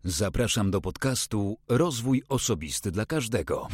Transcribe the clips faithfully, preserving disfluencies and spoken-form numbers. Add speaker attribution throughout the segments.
Speaker 1: Zapraszam do podcastu Rozwój Osobisty dla Każdego.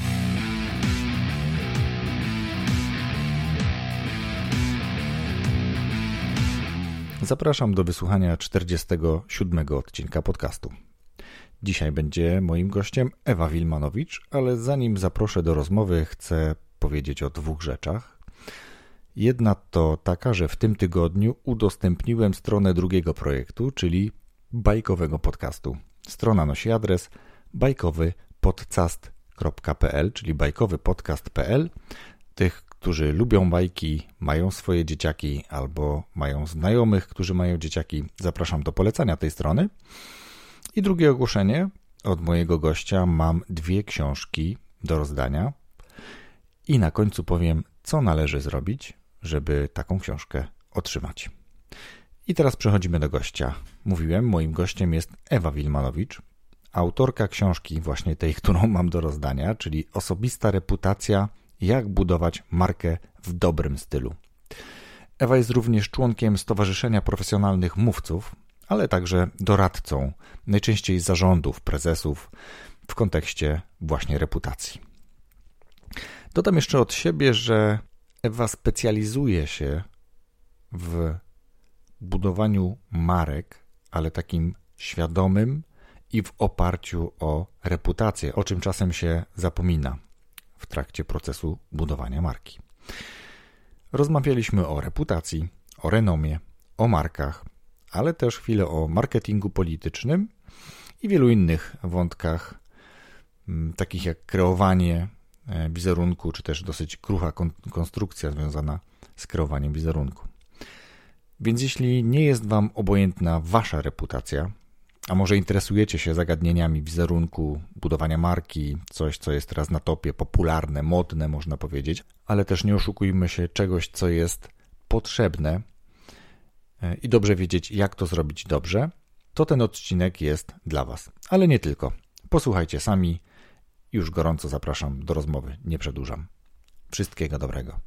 Speaker 2: Zapraszam do wysłuchania czterdziestego siódmego odcinka podcastu. Dzisiaj będzie moim gościem Ewa Wilmanowicz, ale zanim zaproszę do rozmowy, chcę powiedzieć o dwóch rzeczach. Jedna to taka, że w tym tygodniu udostępniłem stronę drugiego projektu, czyli bajkowego podcastu. Strona nosi adres bajkowy podcast kropka p l, czyli bajkowy podcast kropka p l. Tych, którzy lubią bajki, mają swoje dzieciaki albo mają znajomych, którzy mają dzieciaki, zapraszam do polecania tej strony. I drugie ogłoszenie od mojego gościa. Mam dwie książki do rozdania i na końcu powiem, co należy zrobić, żeby taką książkę otrzymać. I teraz przechodzimy do gościa. Mówiłem, moim gościem jest Ewa Wilmanowicz, autorka książki właśnie tej, którą mam do rozdania, czyli Osobista reputacja, jak budować markę w dobrym stylu. Ewa jest również członkiem Stowarzyszenia Profesjonalnych Mówców, ale także doradcą, najczęściej zarządów, prezesów w kontekście właśnie reputacji. Dodam jeszcze od siebie, że Ewa specjalizuje się w budowaniu marek, ale takim świadomym i w oparciu o reputację, o czym czasem się zapomina w trakcie procesu budowania marki. Rozmawialiśmy o reputacji, o renomie, o markach, ale też chwilę o marketingu politycznym i wielu innych wątkach, takich jak kreowanie wizerunku, czy też dosyć krucha konstrukcja związana z kreowaniem wizerunku. Więc jeśli nie jest Wam obojętna Wasza reputacja, a może interesujecie się zagadnieniami wizerunku, budowania marki, coś, co jest teraz na topie, popularne, modne, można powiedzieć, ale też nie oszukujmy się czegoś, co jest potrzebne i dobrze wiedzieć, jak to zrobić dobrze, to ten odcinek jest dla Was. Ale nie tylko. Posłuchajcie sami. Już gorąco zapraszam do rozmowy. Nie przedłużam. Wszystkiego dobrego.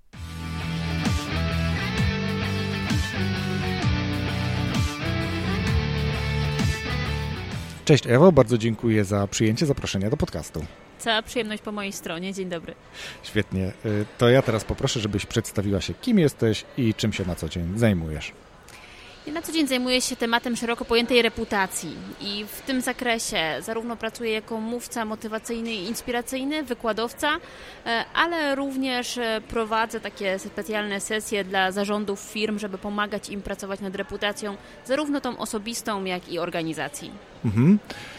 Speaker 2: Cześć Ewo, bardzo dziękuję za przyjęcie zaproszenia do podcastu.
Speaker 3: Cała przyjemność po mojej stronie. Dzień dobry.
Speaker 2: Świetnie. To ja teraz poproszę, żebyś przedstawiła się, kim jesteś i czym się na co dzień zajmujesz.
Speaker 3: Ja na co dzień zajmuję się tematem szeroko pojętej reputacji i w tym zakresie zarówno pracuję jako mówca motywacyjny i inspiracyjny, wykładowca, ale również prowadzę takie specjalne sesje dla zarządów firm, żeby pomagać im pracować nad reputacją, zarówno tą osobistą, jak i organizacji. Mhm.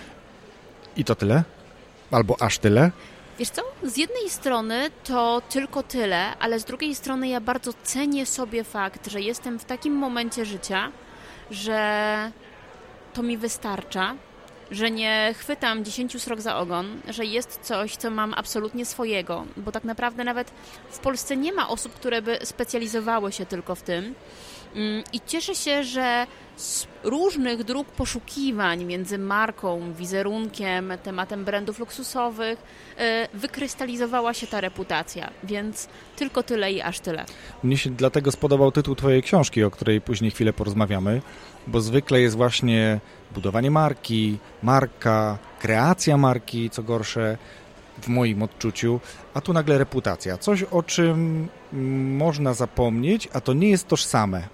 Speaker 2: I to tyle? Albo aż tyle?
Speaker 3: Wiesz co, z jednej strony to tylko tyle, ale z drugiej strony ja bardzo cenię sobie fakt, że jestem w takim momencie życia, że to mi wystarcza, że nie chwytam dziesięciu srok za ogon, że jest coś, co mam absolutnie swojego, bo tak naprawdę nawet w Polsce nie ma osób, które by specjalizowały się tylko w tym. I cieszę się, że z różnych dróg poszukiwań między marką, wizerunkiem, tematem brandów luksusowych wykrystalizowała się ta reputacja, więc tylko tyle i aż tyle.
Speaker 2: Mnie się dlatego spodobał tytuł Twojej książki, o której później chwilę porozmawiamy, bo zwykle jest właśnie budowanie marki, marka, kreacja marki, co gorsze, w moim odczuciu, a tu nagle reputacja. Coś, o czym można zapomnieć, a to nie jest tożsame.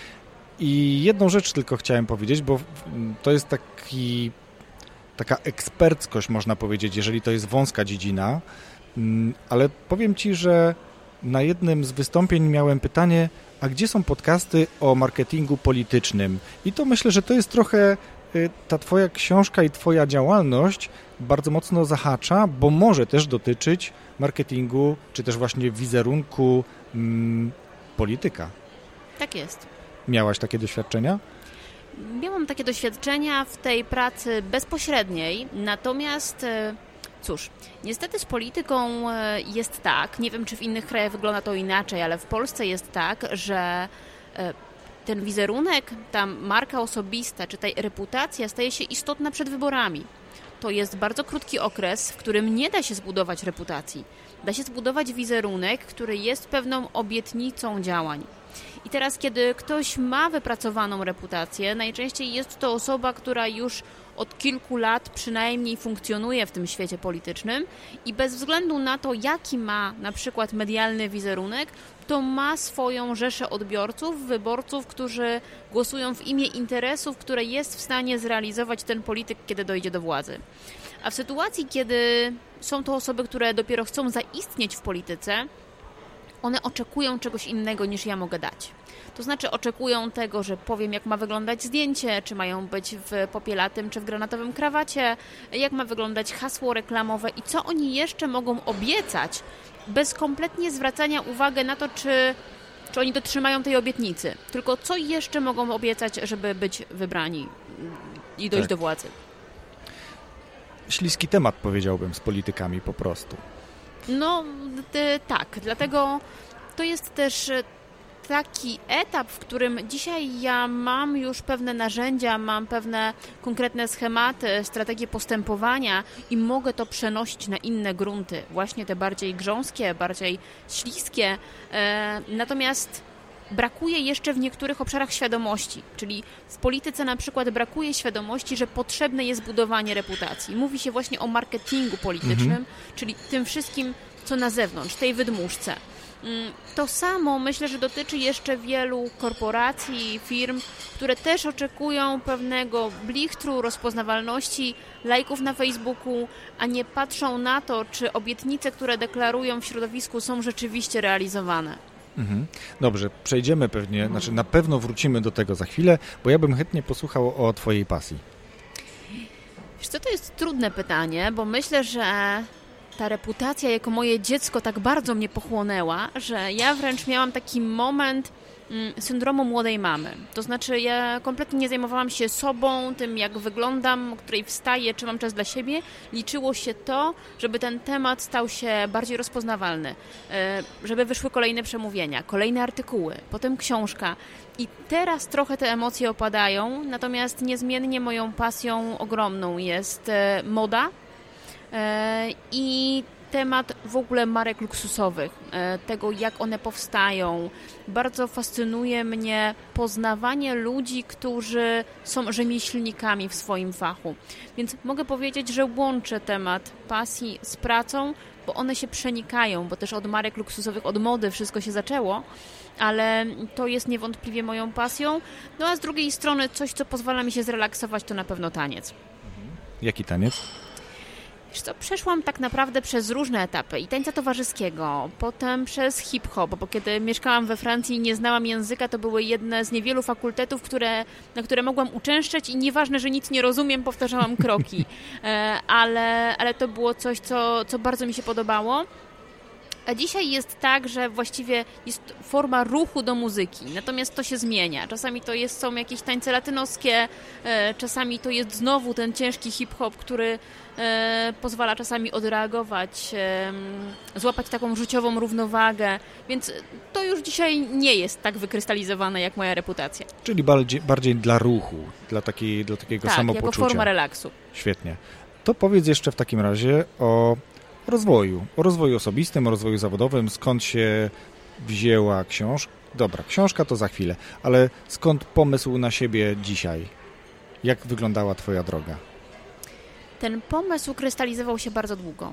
Speaker 2: I jedną rzecz tylko chciałem powiedzieć, bo to jest taki, taka eksperckość, można powiedzieć, jeżeli to jest wąska dziedzina, ale powiem Ci, że na jednym z wystąpień miałem pytanie, a gdzie są podcasty o marketingu politycznym? I to myślę, że to jest trochę ta Twoja książka i Twoja działalność bardzo mocno zahacza, bo może też dotyczyć marketingu, czy też właśnie wizerunku mm, polityka.
Speaker 3: Tak jest.
Speaker 2: Miałaś takie doświadczenia?
Speaker 3: Miałam takie doświadczenia w tej pracy bezpośredniej, natomiast cóż, niestety z polityką jest tak, nie wiem czy w innych krajach wygląda to inaczej, ale w Polsce jest tak, że ten wizerunek, ta marka osobista, czy ta reputacja staje się istotna przed wyborami. To jest bardzo krótki okres, w którym nie da się zbudować reputacji. Da się zbudować wizerunek, który jest pewną obietnicą działań. I teraz, kiedy ktoś ma wypracowaną reputację, najczęściej jest to osoba, która już od kilku lat przynajmniej funkcjonuje w tym świecie politycznym i bez względu na to, jaki ma na przykład medialny wizerunek, to ma swoją rzeszę odbiorców, wyborców, którzy głosują w imię interesów, które jest w stanie zrealizować ten polityk, kiedy dojdzie do władzy. A w sytuacji, kiedy są to osoby, które dopiero chcą zaistnieć w polityce, one oczekują czegoś innego niż ja mogę dać. To znaczy oczekują tego, że powiem, jak ma wyglądać zdjęcie, czy mają być w popielatym czy w granatowym krawacie, jak ma wyglądać hasło reklamowe i co oni jeszcze mogą obiecać, bez kompletnie zwracania uwagi na to, czy, czy oni dotrzymają tej obietnicy. Tylko co jeszcze mogą obiecać, żeby być wybrani i dojść
Speaker 2: tak.
Speaker 3: do władzy.
Speaker 2: Śliski temat, powiedziałbym, z politykami po prostu.
Speaker 3: No t- tak, dlatego to jest też taki etap, w którym dzisiaj ja mam już pewne narzędzia, mam pewne konkretne schematy, strategie postępowania i mogę to przenosić na inne grunty, właśnie te bardziej grząskie, bardziej śliskie. E, natomiast brakuje jeszcze w niektórych obszarach świadomości, czyli w polityce na przykład brakuje świadomości, że potrzebne jest budowanie reputacji. Mówi się właśnie o marketingu politycznym, mhm. czyli tym wszystkim, co na zewnątrz, tej wydmuszce. To samo myślę, że dotyczy jeszcze wielu korporacji, firm, które też oczekują pewnego blichtru, rozpoznawalności, lajków na Facebooku, a nie patrzą na to, czy obietnice, które deklarują w środowisku, są rzeczywiście realizowane.
Speaker 2: Mhm. Dobrze, przejdziemy pewnie, znaczy na pewno wrócimy do tego za chwilę, bo ja bym chętnie posłuchał o twojej pasji.
Speaker 3: Wiesz co, to jest trudne pytanie, bo myślę, że ta reputacja jako moje dziecko tak bardzo mnie pochłonęła, że ja wręcz miałam taki moment mm, syndromu młodej mamy. To znaczy ja kompletnie nie zajmowałam się sobą, tym jak wyglądam, o której wstaję, czy mam czas dla siebie. Liczyło się to, żeby ten temat stał się bardziej rozpoznawalny, żeby wyszły kolejne przemówienia, kolejne artykuły, potem książka. I teraz trochę te emocje opadają, natomiast niezmiennie moją pasją ogromną jest moda, i temat w ogóle marek luksusowych, tego jak one powstają. Bardzo fascynuje mnie poznawanie ludzi, którzy są rzemieślnikami w swoim fachu. Więc mogę powiedzieć, że łączę temat pasji z pracą, bo one się przenikają, bo też od marek luksusowych, od mody wszystko się zaczęło, ale to jest niewątpliwie moją pasją. No a z drugiej strony coś, co pozwala mi się zrelaksować, to na pewno taniec.
Speaker 2: Jaki taniec?
Speaker 3: Wiesz co, przeszłam tak naprawdę przez różne etapy i tańca towarzyskiego, potem przez hip-hop, bo kiedy mieszkałam we Francji i nie znałam języka, to były jedne z niewielu fakultetów, które, na które mogłam uczęszczać i nieważne, że nic nie rozumiem, powtarzałam kroki, ale, ale to było coś, co, co bardzo mi się podobało. A dzisiaj jest tak, że właściwie jest forma ruchu do muzyki, natomiast to się zmienia. Czasami to jest, są jakieś tańce latynoskie, czasami to jest znowu ten ciężki hip-hop, który pozwala czasami odreagować, złapać taką życiową równowagę, więc to już dzisiaj nie jest tak wykrystalizowane jak moja reputacja.
Speaker 2: Czyli bardziej, bardziej dla ruchu, dla, takiej, dla takiego
Speaker 3: tak,
Speaker 2: samopoczucia.
Speaker 3: Tak, jako forma relaksu.
Speaker 2: Świetnie. To powiedz jeszcze w takim razie o rozwoju, o rozwoju osobistym, o rozwoju zawodowym, skąd się wzięła książka. Dobra, książka to za chwilę, ale skąd pomysł na siebie dzisiaj? Jak wyglądała twoja droga?
Speaker 3: Ten pomysł krystalizował się bardzo długo.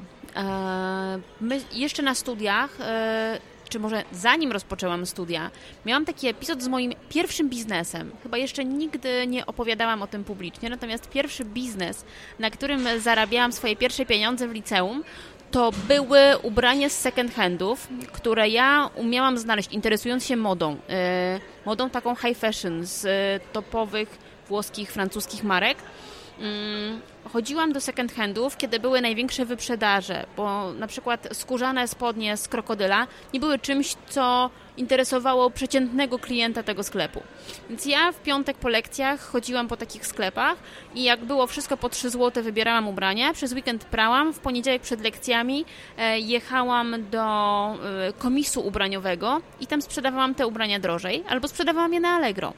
Speaker 3: My jeszcze na studiach, czy może zanim rozpoczęłam studia, miałam taki epizod z moim pierwszym biznesem. Chyba jeszcze nigdy nie opowiadałam o tym publicznie, natomiast pierwszy biznes, na którym zarabiałam swoje pierwsze pieniądze w liceum, to były ubrania z second handów, które ja umiałam znaleźć, interesując się modą. Modą taką high fashion z topowych włoskich, francuskich marek. Chodziłam do second handów, kiedy były największe wyprzedaże, bo na przykład skórzane spodnie z krokodyla nie były czymś, co interesowało przeciętnego klienta tego sklepu. Więc ja w piątek po lekcjach chodziłam po takich sklepach i jak było wszystko po trzy złote, wybierałam ubrania, przez weekend prałam, w poniedziałek przed lekcjami jechałam do komisu ubraniowego i tam sprzedawałam te ubrania drożej albo sprzedawałam je na Allegro.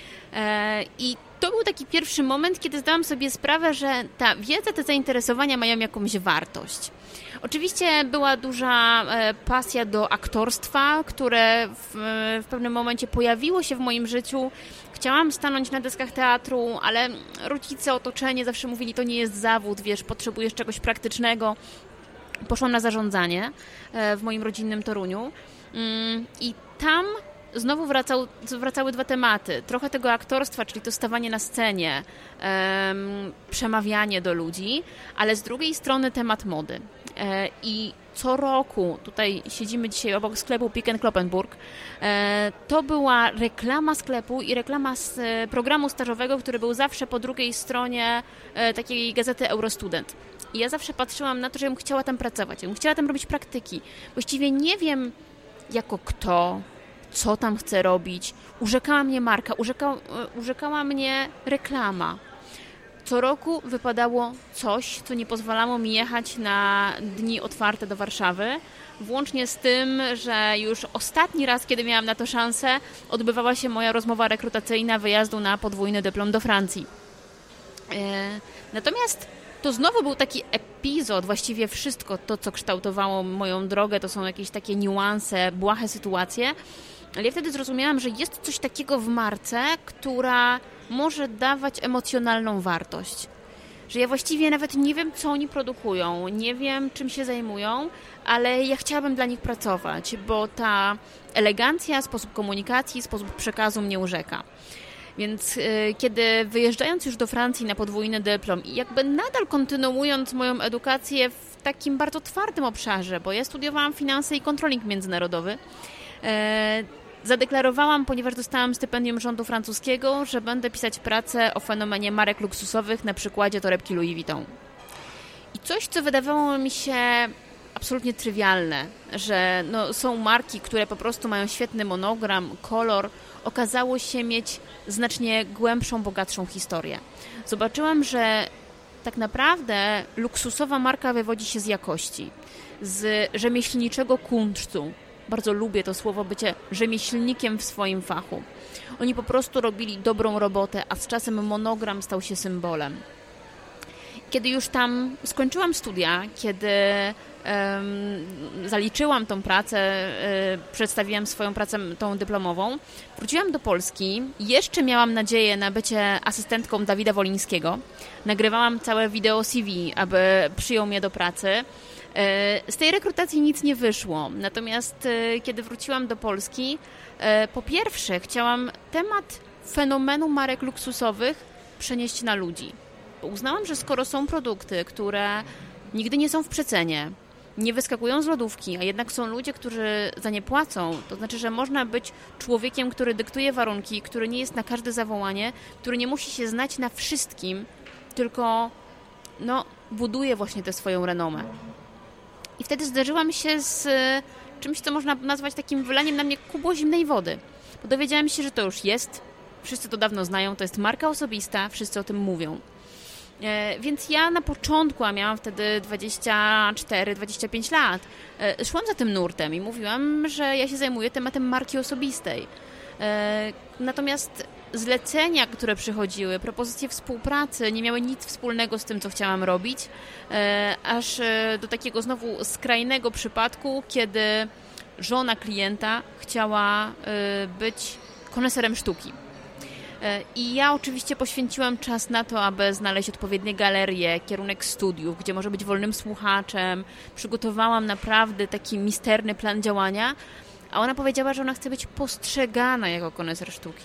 Speaker 3: I to był taki pierwszy moment, kiedy zdałam sobie sprawę, że ta wiedza, te zainteresowania mają jakąś wartość. Oczywiście była duża pasja do aktorstwa, które w, w pewnym momencie pojawiło się w moim życiu. Chciałam stanąć na deskach teatru, ale rodzice, otoczenie zawsze mówili, to nie jest zawód, wiesz, potrzebujesz czegoś praktycznego. Poszłam na zarządzanie w moim rodzinnym Toruniu i tam znowu wracał, wracały dwa tematy. Trochę tego aktorstwa, czyli to stawanie na scenie, um, przemawianie do ludzi, ale z drugiej strony temat mody. E, I co roku, tutaj siedzimy dzisiaj obok sklepu Pick and Kloppenburg, e, to była reklama sklepu i reklama z e, programu stażowego, który był zawsze po drugiej stronie e, takiej gazety Eurostudent. I ja zawsze patrzyłam na to, że ja bym chciała tam pracować, ja bym chciała tam robić praktyki. Właściwie nie wiem jako kto, co tam chcę robić. Urzekała mnie marka, urzekała, urzekała mnie reklama. Co roku wypadało coś, co nie pozwalało mi jechać na dni otwarte do Warszawy, włącznie z tym, że już ostatni raz, kiedy miałam na to szansę, odbywała się moja rozmowa rekrutacyjna wyjazdu na podwójny dyplom do Francji. Natomiast to znowu był taki epizod, właściwie wszystko to, co kształtowało moją drogę, to są jakieś takie niuanse, błahe sytuacje, ale ja wtedy zrozumiałam, że jest coś takiego w marce, która może dawać emocjonalną wartość. Że ja właściwie nawet nie wiem, co oni produkują, nie wiem, czym się zajmują, ale ja chciałabym dla nich pracować, bo ta elegancja, sposób komunikacji, sposób przekazu mnie urzeka. Więc y, kiedy wyjeżdżając już do Francji na podwójny dyplom i jakby nadal kontynuując moją edukację w takim bardzo twardym obszarze, bo ja studiowałam finanse i controlling międzynarodowy, y, zadeklarowałam, ponieważ dostałam stypendium rządu francuskiego, że będę pisać pracę o fenomenie marek luksusowych na przykładzie torebki Louis Vuitton. I coś, co wydawało mi się absolutnie trywialne, że no, są marki, które po prostu mają świetny monogram, kolor, okazało się mieć znacznie głębszą, bogatszą historię. Zobaczyłam, że tak naprawdę luksusowa marka wywodzi się z jakości, z rzemieślniczego kunsztu. Bardzo lubię to słowo, bycie rzemieślnikiem w swoim fachu. Oni po prostu robili dobrą robotę, a z czasem monogram stał się symbolem. Kiedy już tam skończyłam studia, kiedy um, zaliczyłam tą pracę, y, przedstawiłam swoją pracę tą dyplomową, wróciłam do Polski, jeszcze miałam nadzieję na bycie asystentką Dawida Wolińskiego. Nagrywałam całe wideo C V, aby przyjął mnie do pracy. Z tej rekrutacji nic nie wyszło, natomiast kiedy wróciłam do Polski, po pierwsze chciałam temat fenomenu marek luksusowych przenieść na ludzi. Uznałam, że skoro są produkty, które nigdy nie są w przecenie, nie wyskakują z lodówki, a jednak są ludzie, którzy za nie płacą, to znaczy, że można być człowiekiem, który dyktuje warunki, który nie jest na każde zawołanie, który nie musi się znać na wszystkim, tylko no, buduje właśnie tę swoją renomę. I wtedy zderzyłam się z czymś, co można nazwać takim wylaniem na mnie kubło zimnej wody. Bo dowiedziałam się, że to już jest, wszyscy to dawno znają, to jest marka osobista, wszyscy o tym mówią. E, więc ja na początku, a miałam wtedy dwadzieścia cztery dwadzieścia pięć lat, e, szłam za tym nurtem i mówiłam, że ja się zajmuję tematem marki osobistej. E, natomiast zlecenia, które przychodziły, propozycje współpracy nie miały nic wspólnego z tym, co chciałam robić, aż do takiego znowu skrajnego przypadku, kiedy żona klienta chciała być koneserem sztuki. I ja oczywiście poświęciłam czas na to, aby znaleźć odpowiednie galerie, kierunek studiów, gdzie może być wolnym słuchaczem. Przygotowałam naprawdę taki misterny plan działania, a ona powiedziała, że ona chce być postrzegana jako koneser sztuki.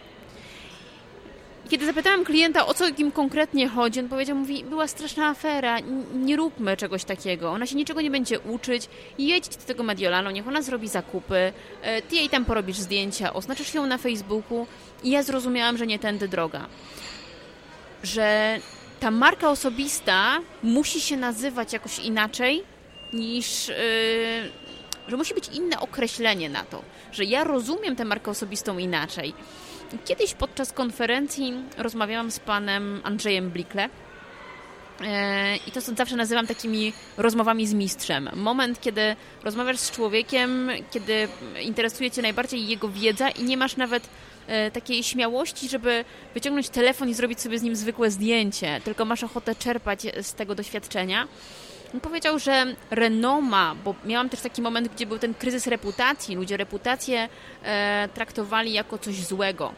Speaker 3: I kiedy zapytałam klienta, o co im konkretnie chodzi, on powiedział, mówi, była straszna afera, nie róbmy czegoś takiego, ona się niczego nie będzie uczyć, jedź do tego Mediolanu, niech ona zrobi zakupy, ty jej tam porobisz zdjęcia, oznaczysz ją na Facebooku i ja zrozumiałam, że nie tędy droga. Że ta marka osobista musi się nazywać jakoś inaczej niż... Yy, że musi być inne określenie na to, że ja rozumiem tę markę osobistą inaczej. Kiedyś podczas konferencji rozmawiałam z panem Andrzejem Blikle i to zawsze nazywam takimi rozmowami z mistrzem. Moment, kiedy rozmawiasz z człowiekiem, kiedy interesuje cię najbardziej jego wiedza i nie masz nawet takiej śmiałości, żeby wyciągnąć telefon i zrobić sobie z nim zwykłe zdjęcie, tylko masz ochotę czerpać z tego doświadczenia. On powiedział, że renoma, bo miałam też taki moment, gdzie był ten kryzys reputacji, ludzie reputację e, traktowali jako coś złego.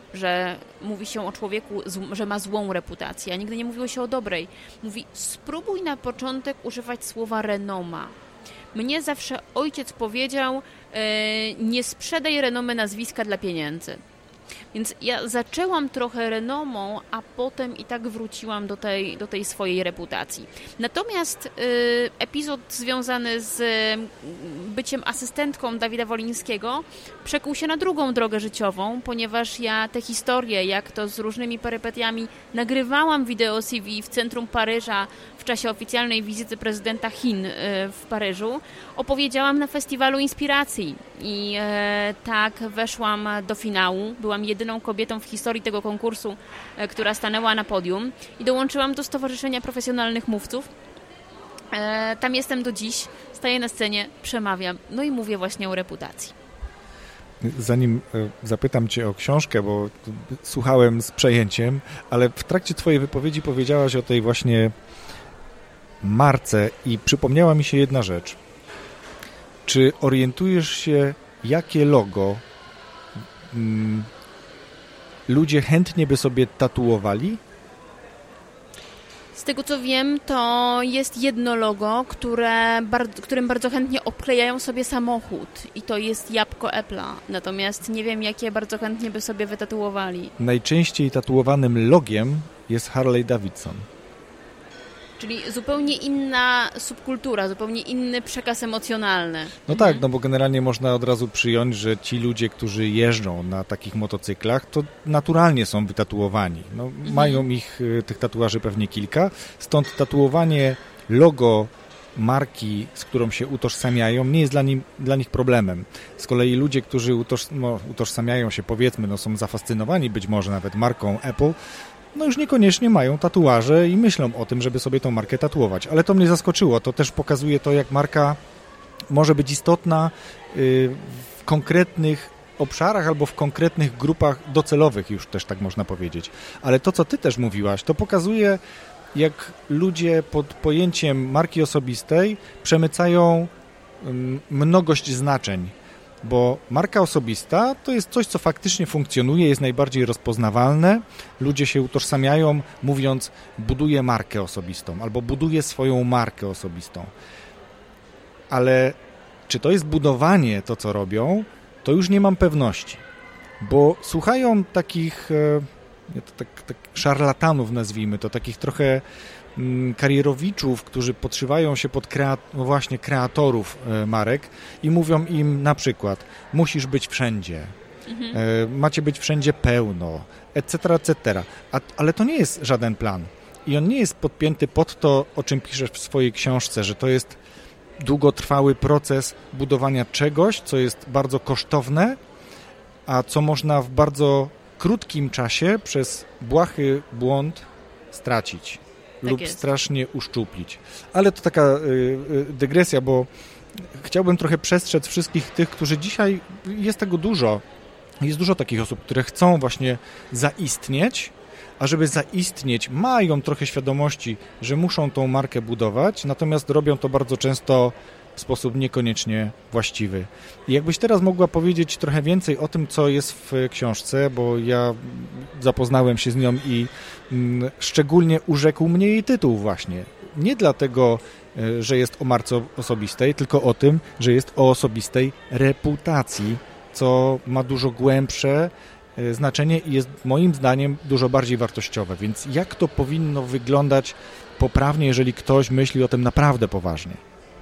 Speaker 3: że mówi się o człowieku, że ma złą reputację, a nigdy nie mówiło się o dobrej. Mówi, spróbuj na początek używać słowa renoma. Mnie zawsze ojciec powiedział, nie sprzedaj renomy nazwiska dla pieniędzy. Więc ja zaczęłam trochę renomą, a potem i tak wróciłam do tej, do tej swojej reputacji. Natomiast y, epizod związany z byciem asystentką Dawida Wolińskiego przekuł się na drugą drogę życiową, ponieważ ja te historie, jak to z różnymi perypetiami, nagrywałam wideo C V w centrum Paryża w czasie oficjalnej wizyty prezydenta Chin y, w Paryżu, opowiedziałam na Festiwalu Inspiracji i y, tak weszłam do finału. Byłam jedyną kobietą w historii tego konkursu, która stanęła na podium i dołączyłam do Stowarzyszenia Profesjonalnych Mówców. Tam jestem do dziś, staję na scenie, przemawiam, no i mówię właśnie o reputacji.
Speaker 2: Zanim zapytam Cię o książkę, bo słuchałem z przejęciem, ale w trakcie Twojej wypowiedzi powiedziałaś o tej właśnie marce i przypomniała mi się jedna rzecz. Czy orientujesz się, jakie logo hmm, ludzie chętnie by sobie tatuowali?
Speaker 3: Z tego co wiem, to jest jedno logo, które bardzo, którym bardzo chętnie obklejają sobie samochód i to jest jabłko Apple'a. Natomiast nie wiem, jakie bardzo chętnie by sobie wytatuowali.
Speaker 2: Najczęściej tatuowanym logiem jest Harley Davidson.
Speaker 3: Czyli zupełnie inna subkultura, zupełnie inny przekaz emocjonalny.
Speaker 2: No mhm. tak, no bo generalnie można od razu przyjąć, że ci ludzie, którzy jeżdżą na takich motocyklach, to naturalnie są wytatuowani. No, mhm. Mają ich, tych tatuaży pewnie kilka, stąd tatuowanie logo marki, z którą się utożsamiają, nie jest dla, nim, dla nich problemem. Z kolei ludzie, którzy utoż, no, utożsamiają się, powiedzmy, no, są zafascynowani być może nawet marką Apple, no już niekoniecznie mają tatuaże i myślą o tym, żeby sobie tą markę tatuować. Ale to mnie zaskoczyło. To też pokazuje to, jak marka może być istotna w konkretnych obszarach albo w konkretnych grupach docelowych, już też tak można powiedzieć. Ale to, co ty też mówiłaś, to pokazuje, jak ludzie pod pojęciem marki osobistej przemycają mnogość znaczeń. Bo marka osobista to jest coś, co faktycznie funkcjonuje, jest najbardziej rozpoznawalne. Ludzie się utożsamiają, mówiąc, buduję markę osobistą albo buduję swoją markę osobistą. Ale czy to jest budowanie, to co robią, to już nie mam pewności. Bo słuchają takich to tak, tak szarlatanów, nazwijmy to, takich trochę karierowiczów, którzy podszywają się pod kreat- no właśnie kreatorów e, marek i mówią im na przykład, musisz być wszędzie, mhm. e, macie być wszędzie pełno, et cetera, et cetera. A, ale to nie jest żaden plan. I on nie jest podpięty pod to, o czym piszesz w swojej książce, że to jest długotrwały proces budowania czegoś, co jest bardzo kosztowne, a co można w bardzo krótkim czasie przez błahy błąd stracić. Tak lub jest. Strasznie uszczuplić. Ale to taka y, y, dygresja, bo chciałbym trochę przestrzec wszystkich tych, którzy dzisiaj, jest tego dużo, jest dużo takich osób, które chcą właśnie zaistnieć, a żeby zaistnieć, mają trochę świadomości, że muszą tą markę budować, natomiast robią to bardzo często w sposób niekoniecznie właściwy. I jakbyś teraz mogła powiedzieć trochę więcej o tym, co jest w książce, bo ja zapoznałem się z nią i mm, szczególnie urzekł mnie jej tytuł właśnie. Nie dlatego, że jest o marce osobistej, tylko o tym, że jest o osobistej reputacji, co ma dużo głębsze znaczenie i jest moim zdaniem dużo bardziej wartościowe. Więc jak to powinno wyglądać poprawnie, jeżeli ktoś myśli o tym naprawdę poważnie?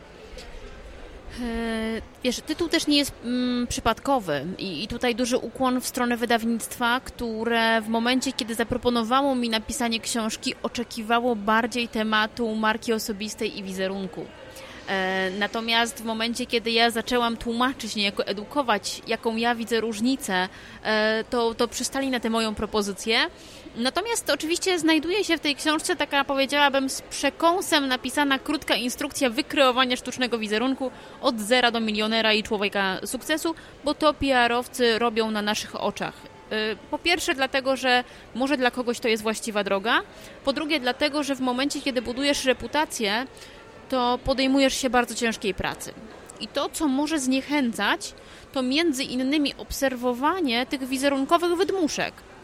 Speaker 3: Wiesz, tytuł też nie jest mm, przypadkowy i, i tutaj duży ukłon w stronę wydawnictwa, które w momencie, kiedy zaproponowało mi napisanie książki, oczekiwało bardziej tematu marki osobistej i wizerunku. E, natomiast w momencie, kiedy ja zaczęłam tłumaczyć, niejako edukować, jaką ja widzę różnicę, e, to, to przystali na tę moją propozycję. Natomiast oczywiście znajduje się w tej książce taka, powiedziałabym, z przekąsem napisana krótka instrukcja wykreowania sztucznego wizerunku od zera do milionera i człowieka sukcesu, bo to P R-owcy robią na naszych oczach. Po pierwsze dlatego, że może dla kogoś to jest właściwa droga, po drugie dlatego, że w momencie, kiedy budujesz reputację, to podejmujesz się bardzo ciężkiej pracy. I to, co może zniechęcać, to między innymi obserwowanie tych wizerunkowych wydmuszek.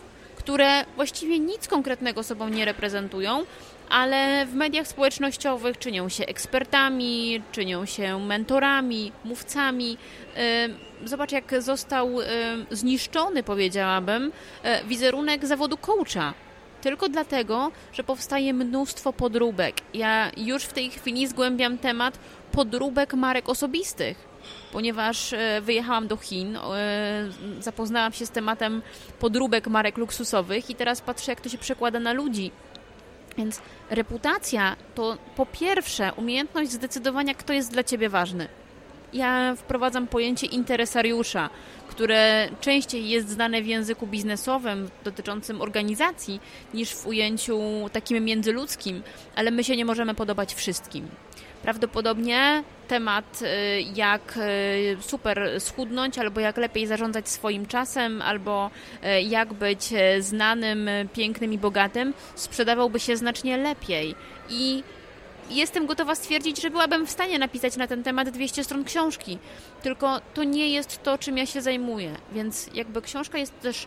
Speaker 3: które właściwie nic konkretnego sobą nie reprezentują, ale w mediach społecznościowych czynią się ekspertami, czynią się mentorami, mówcami. Zobacz, jak został zniszczony, powiedziałabym, wizerunek zawodu coacha. Tylko dlatego, że powstaje mnóstwo podróbek. Ja już w tej chwili zgłębiam temat podróbek marek osobistych, ponieważ wyjechałam do Chin, zapoznałam się z tematem podróbek marek luksusowych i teraz patrzę, jak to się przekłada na ludzi. Więc reputacja to po pierwsze umiejętność zdecydowania, kto jest dla ciebie ważny. Ja wprowadzam pojęcie interesariusza, które częściej jest znane w języku biznesowym dotyczącym organizacji niż w ujęciu takim międzyludzkim, ale my się nie możemy podobać wszystkim. Prawdopodobnie temat jak super schudnąć, albo jak lepiej zarządzać swoim czasem, albo jak być znanym, pięknym i bogatym sprzedawałby się znacznie lepiej. I jestem gotowa stwierdzić, że byłabym w stanie napisać na ten temat dwieście stron książki. Tylko to nie jest to, czym ja się zajmuję. Więc jakby książka jest też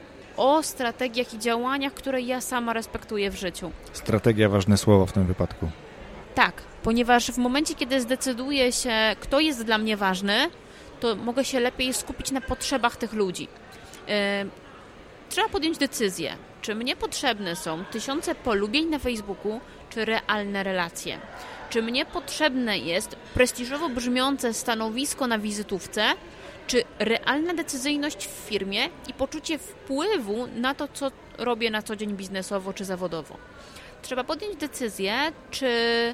Speaker 3: o strategiach i działaniach, które ja sama respektuję w życiu.
Speaker 2: Strategia, ważne słowo w tym wypadku.
Speaker 3: Tak, ponieważ w momencie, kiedy zdecyduję się, kto jest dla mnie ważny, to mogę się lepiej skupić na potrzebach tych ludzi. Yy, trzeba podjąć decyzję, czy mnie potrzebne są tysiące polubień na Facebooku, czy realne relacje. Czy mnie potrzebne jest prestiżowo brzmiące stanowisko na wizytówce, czy realna decyzyjność w firmie i poczucie wpływu na to, co robię na co dzień biznesowo czy zawodowo. Trzeba podjąć decyzję, czy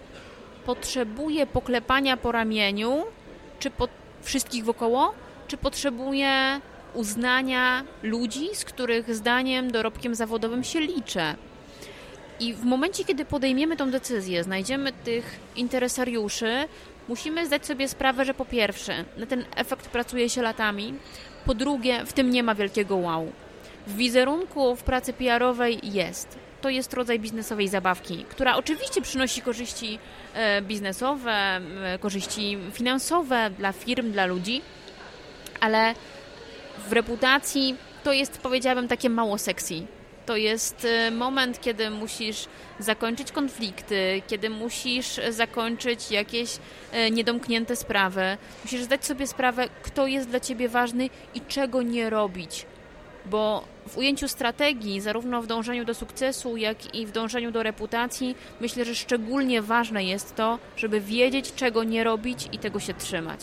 Speaker 3: potrzebuję poklepania po ramieniu, czy po wszystkich wokoło, czy potrzebuję uznania ludzi, z których zdaniem, dorobkiem zawodowym się liczę. I w momencie, kiedy podejmiemy tą decyzję, znajdziemy tych interesariuszy, musimy zdać sobie sprawę, że po pierwsze, na ten efekt pracuje się latami, po drugie, w tym nie ma wielkiego wow. W wizerunku, w pracy P R owej jest. To jest rodzaj biznesowej zabawki, która oczywiście przynosi korzyści biznesowe, korzyści finansowe dla firm, dla ludzi, ale w reputacji to jest, powiedziałabym, takie mało sexy. To jest moment, kiedy musisz zakończyć konflikty, kiedy musisz zakończyć jakieś niedomknięte sprawy. Musisz zdać sobie sprawę, kto jest dla ciebie ważny i czego nie robić. Bo w ujęciu strategii, zarówno w dążeniu do sukcesu, jak i w dążeniu do reputacji, myślę, że szczególnie ważne jest to, żeby wiedzieć, czego nie robić i tego się trzymać.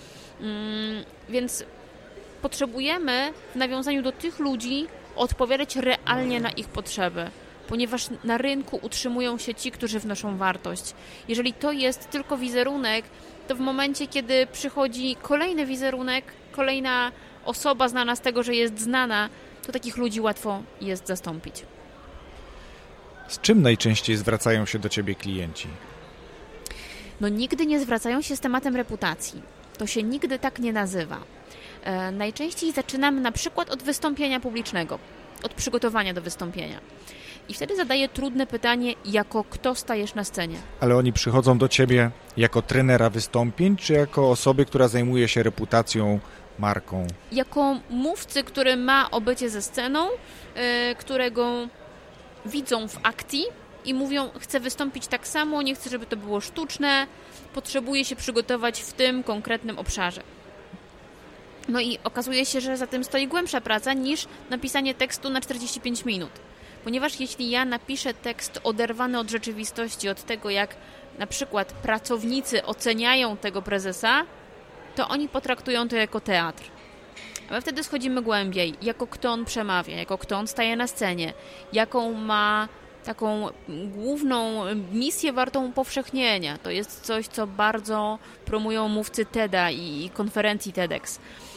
Speaker 3: Hmm, więc potrzebujemy w nawiązaniu do tych ludzi odpowiadać realnie na ich potrzeby, ponieważ na rynku utrzymują się ci, którzy wnoszą wartość. Jeżeli to jest tylko wizerunek, to w momencie, kiedy przychodzi kolejny wizerunek, kolejna osoba znana z tego, że jest znana, to takich ludzi łatwo jest zastąpić.
Speaker 2: Z czym najczęściej zwracają się do ciebie klienci?
Speaker 3: No nigdy nie zwracają się z tematem reputacji. To się nigdy tak nie nazywa. E, najczęściej zaczynamy na przykład od wystąpienia publicznego, od przygotowania do wystąpienia. I wtedy zadaję trudne pytanie, jako kto stajesz na scenie. Ale
Speaker 2: oni przychodzą do ciebie jako trenera wystąpień, czy jako osoby, która zajmuje się reputacją, marką?
Speaker 3: Jako mówcy, który ma obycie ze sceną, yy, którego widzą w akcji i mówią, chcę wystąpić tak samo, nie chcę, żeby to było sztuczne, potrzebuję się przygotować w tym konkretnym obszarze. No i okazuje się, że za tym stoi głębsza praca niż napisanie tekstu na czterdzieści pięć minut. Ponieważ jeśli ja napiszę tekst oderwany od rzeczywistości, od tego, jak na przykład pracownicy oceniają tego prezesa, to oni potraktują to jako teatr. A my wtedy schodzimy głębiej, jako kto on przemawia, jako kto on staje na scenie, jaką ma taką główną misję wartą upowszechnienia. To jest coś, co bardzo promują mówcy TEDa i konferencji TEDx.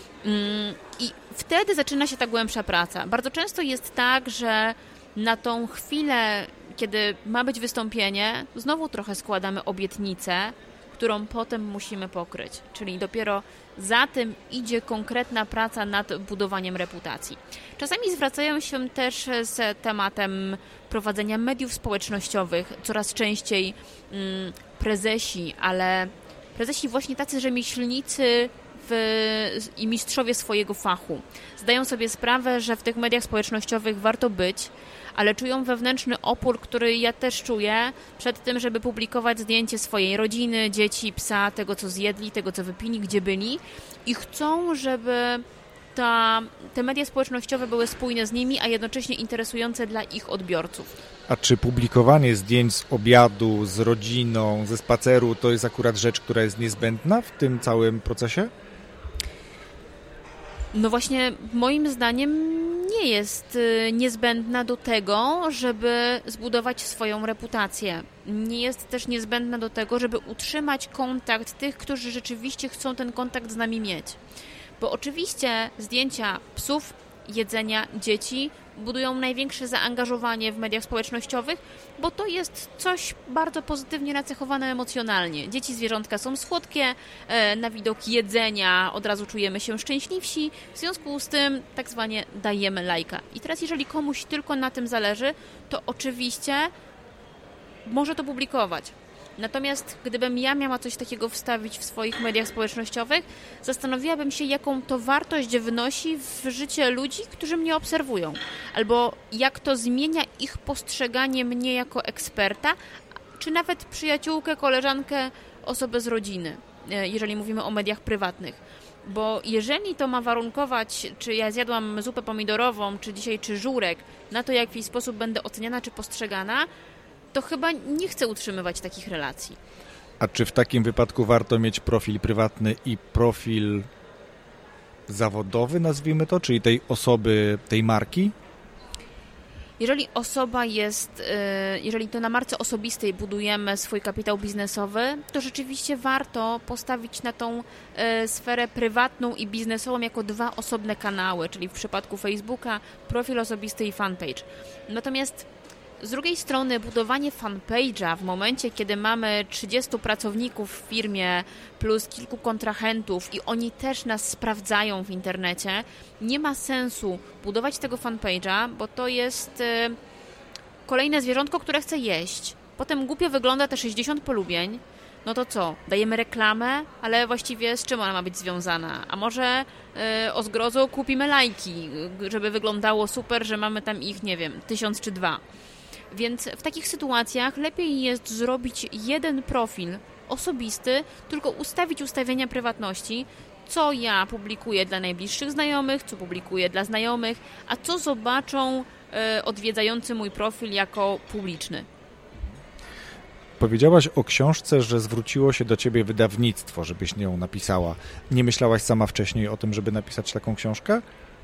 Speaker 3: I wtedy zaczyna się ta głębsza praca. Bardzo często jest tak, że na tą chwilę, kiedy ma być wystąpienie, znowu trochę składamy obietnicę, którą potem musimy pokryć. Czyli dopiero za tym idzie konkretna praca nad budowaniem reputacji. Czasami zwracają się też z tematem prowadzenia mediów społecznościowych. Coraz częściej mm, prezesi, ale prezesi właśnie tacy rzemieślnicy w, i mistrzowie swojego fachu. Zdają sobie sprawę, że w tych mediach społecznościowych warto być, ale czują wewnętrzny opór, który ja też czuję przed tym, żeby publikować zdjęcie swojej rodziny, dzieci, psa, tego co zjedli, tego co wypili, gdzie byli i chcą, żeby ta, te media społecznościowe były spójne z nimi, a jednocześnie interesujące dla ich odbiorców.
Speaker 2: A czy publikowanie zdjęć z obiadu, z rodziną, ze spaceru to jest akurat rzecz, która jest niezbędna w tym całym procesie?
Speaker 3: No właśnie, moim zdaniem nie jest niezbędna do tego, żeby zbudować swoją reputację. Nie jest też niezbędna do tego, żeby utrzymać kontakt tych, którzy rzeczywiście chcą ten kontakt z nami mieć. Bo oczywiście zdjęcia psów, jedzenia, dzieci budują największe zaangażowanie w mediach społecznościowych, bo to jest coś bardzo pozytywnie nacechowane emocjonalnie. Dzieci, zwierzątka są słodkie, na widok jedzenia od razu czujemy się szczęśliwsi, w związku z tym tak zwanie dajemy lajka. I teraz jeżeli komuś tylko na tym zależy, to oczywiście może to publikować. Natomiast gdybym ja miała coś takiego wstawić w swoich mediach społecznościowych, zastanowiłabym się, jaką to wartość wnosi w życie ludzi, którzy mnie obserwują. Albo jak to zmienia ich postrzeganie mnie jako eksperta, czy nawet przyjaciółkę, koleżankę, osobę z rodziny, jeżeli mówimy o mediach prywatnych. Bo jeżeli to ma warunkować, czy ja zjadłam zupę pomidorową, czy dzisiaj, czy żurek, na to, jak w jakiś sposób będę oceniana, czy postrzegana, to chyba nie chcę utrzymywać takich relacji.
Speaker 2: A czy w takim wypadku warto mieć profil prywatny i profil zawodowy, nazwijmy to, czyli tej osoby, tej marki?
Speaker 3: Jeżeli osoba jest, jeżeli to na marce osobistej budujemy swój kapitał biznesowy, to rzeczywiście warto postawić na tą sferę prywatną i biznesową jako dwa osobne kanały, czyli w przypadku Facebooka profil osobisty i fanpage. Natomiast z drugiej strony budowanie fanpage'a w momencie, kiedy mamy trzydziestu pracowników w firmie plus kilku kontrahentów i oni też nas sprawdzają w internecie, nie ma sensu budować tego fanpage'a, bo to jest kolejne zwierzątko, które chce jeść. Potem głupio wygląda te sześćdziesiąt polubień. No to co? Dajemy reklamę, ale właściwie z czym ona ma być związana? A może yy, o zgrozo kupimy lajki, żeby wyglądało super, że mamy tam ich, nie wiem, tysiąc czy dwa. Więc w takich sytuacjach lepiej jest zrobić jeden profil osobisty, tylko ustawić ustawienia prywatności, co ja publikuję dla najbliższych znajomych, co publikuję dla znajomych, a co zobaczą y, odwiedzający mój profil jako publiczny.
Speaker 2: Powiedziałaś o książce, że zwróciło się do ciebie wydawnictwo, żebyś ją napisała. Nie myślałaś sama wcześniej o tym, żeby napisać taką książkę?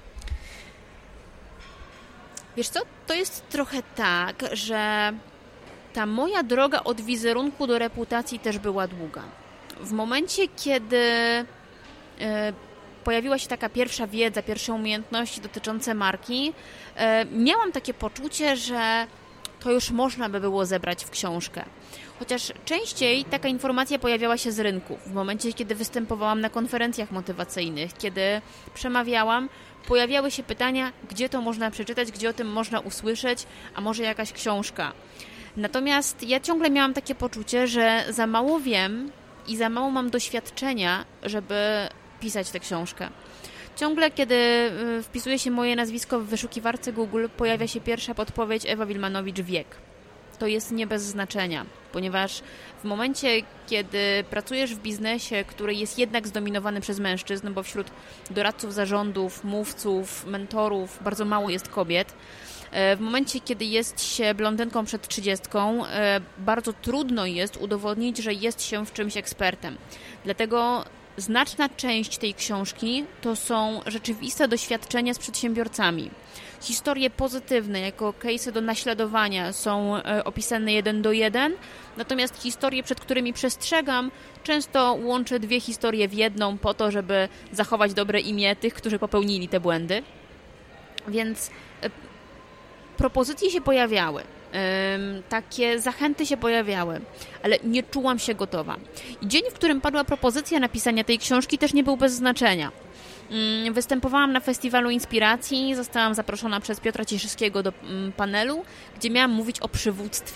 Speaker 3: Wiesz co, to jest trochę tak, że ta moja droga od wizerunku do reputacji też była długa. W momencie, kiedy y, pojawiła się taka pierwsza wiedza, pierwsze umiejętności dotyczące marki, y, miałam takie poczucie, że to już można by było zebrać w książkę. Chociaż częściej taka informacja pojawiała się z rynku. W momencie, kiedy występowałam na konferencjach motywacyjnych, kiedy przemawiałam, pojawiały się pytania, gdzie to można przeczytać, gdzie o tym można usłyszeć, a może jakaś książka. Natomiast ja ciągle miałam takie poczucie, że za mało wiem i za mało mam doświadczenia, żeby pisać tę książkę. Ciągle, kiedy wpisuje się moje nazwisko w wyszukiwarce Google, pojawia się pierwsza podpowiedź Ewa Wilmanowicz wiek. To jest nie bez znaczenia, ponieważ w momencie, kiedy pracujesz w biznesie, który jest jednak zdominowany przez mężczyzn, bo wśród doradców zarządów, mówców, mentorów bardzo mało jest kobiet, w momencie, kiedy jest się blondynką przed trzydziestką, bardzo trudno jest udowodnić, że jest się w czymś ekspertem. Dlatego znaczna część tej książki to są rzeczywiste doświadczenia z przedsiębiorcami. Historie pozytywne jako case'y do naśladowania są opisane jeden do jeden, natomiast historie, przed którymi przestrzegam, często łączę dwie historie w jedną po to, żeby zachować dobre imię tych, którzy popełnili te błędy. Więc propozycje się pojawiały. Takie zachęty się pojawiały, ale nie czułam się gotowa. I dzień, w którym padła propozycja napisania tej książki, też nie był bez znaczenia. Występowałam na Festiwalu Inspiracji, zostałam zaproszona przez Piotra Cieszyńskiego do panelu, gdzie miałam mówić o przywództwie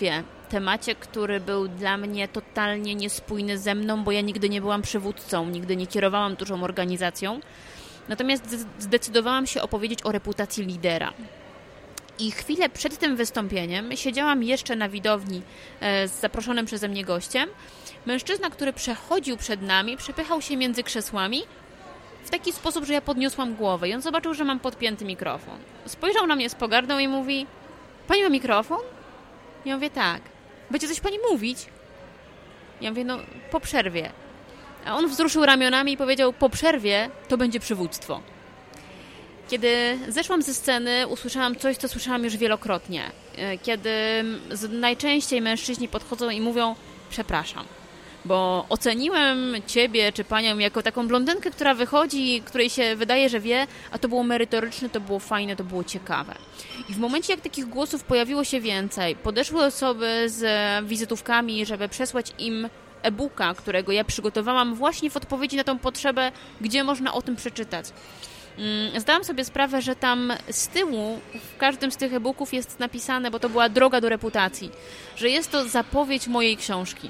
Speaker 3: temacie, który był dla mnie totalnie niespójny ze mną, bo ja nigdy nie byłam przywódcą, nigdy nie kierowałam dużą organizacją. Natomiast zdecydowałam się opowiedzieć o reputacji lidera. I chwilę przed tym wystąpieniem siedziałam jeszcze na widowni z zaproszonym przeze mnie gościem. Mężczyzna, który przechodził przed nami, przepychał się między krzesłami w taki sposób, że ja podniosłam głowę i on zobaczył, że mam podpięty mikrofon. Spojrzał na mnie z pogardą i mówi: pani ma mikrofon? Ja mówię: tak. Będzie coś pani mówić? Ja mówię: no po przerwie. A on wzruszył ramionami i powiedział: po przerwie to będzie przywództwo. Kiedy zeszłam ze sceny, usłyszałam coś, co słyszałam już wielokrotnie. Kiedy najczęściej mężczyźni podchodzą i mówią: przepraszam, bo oceniłem ciebie czy panią jako taką blondynkę, która wychodzi, której się wydaje, że wie, a to było merytoryczne, to było fajne, to było ciekawe. I w momencie, jak takich głosów pojawiło się więcej, podeszły osoby z wizytówkami, żeby przesłać im e-booka, którego ja przygotowałam właśnie w odpowiedzi na tą potrzebę, gdzie można o tym przeczytać. Zdałam sobie sprawę, że tam z tyłu w każdym z tych e-booków jest napisane, bo to była droga do reputacji, że jest to zapowiedź mojej książki.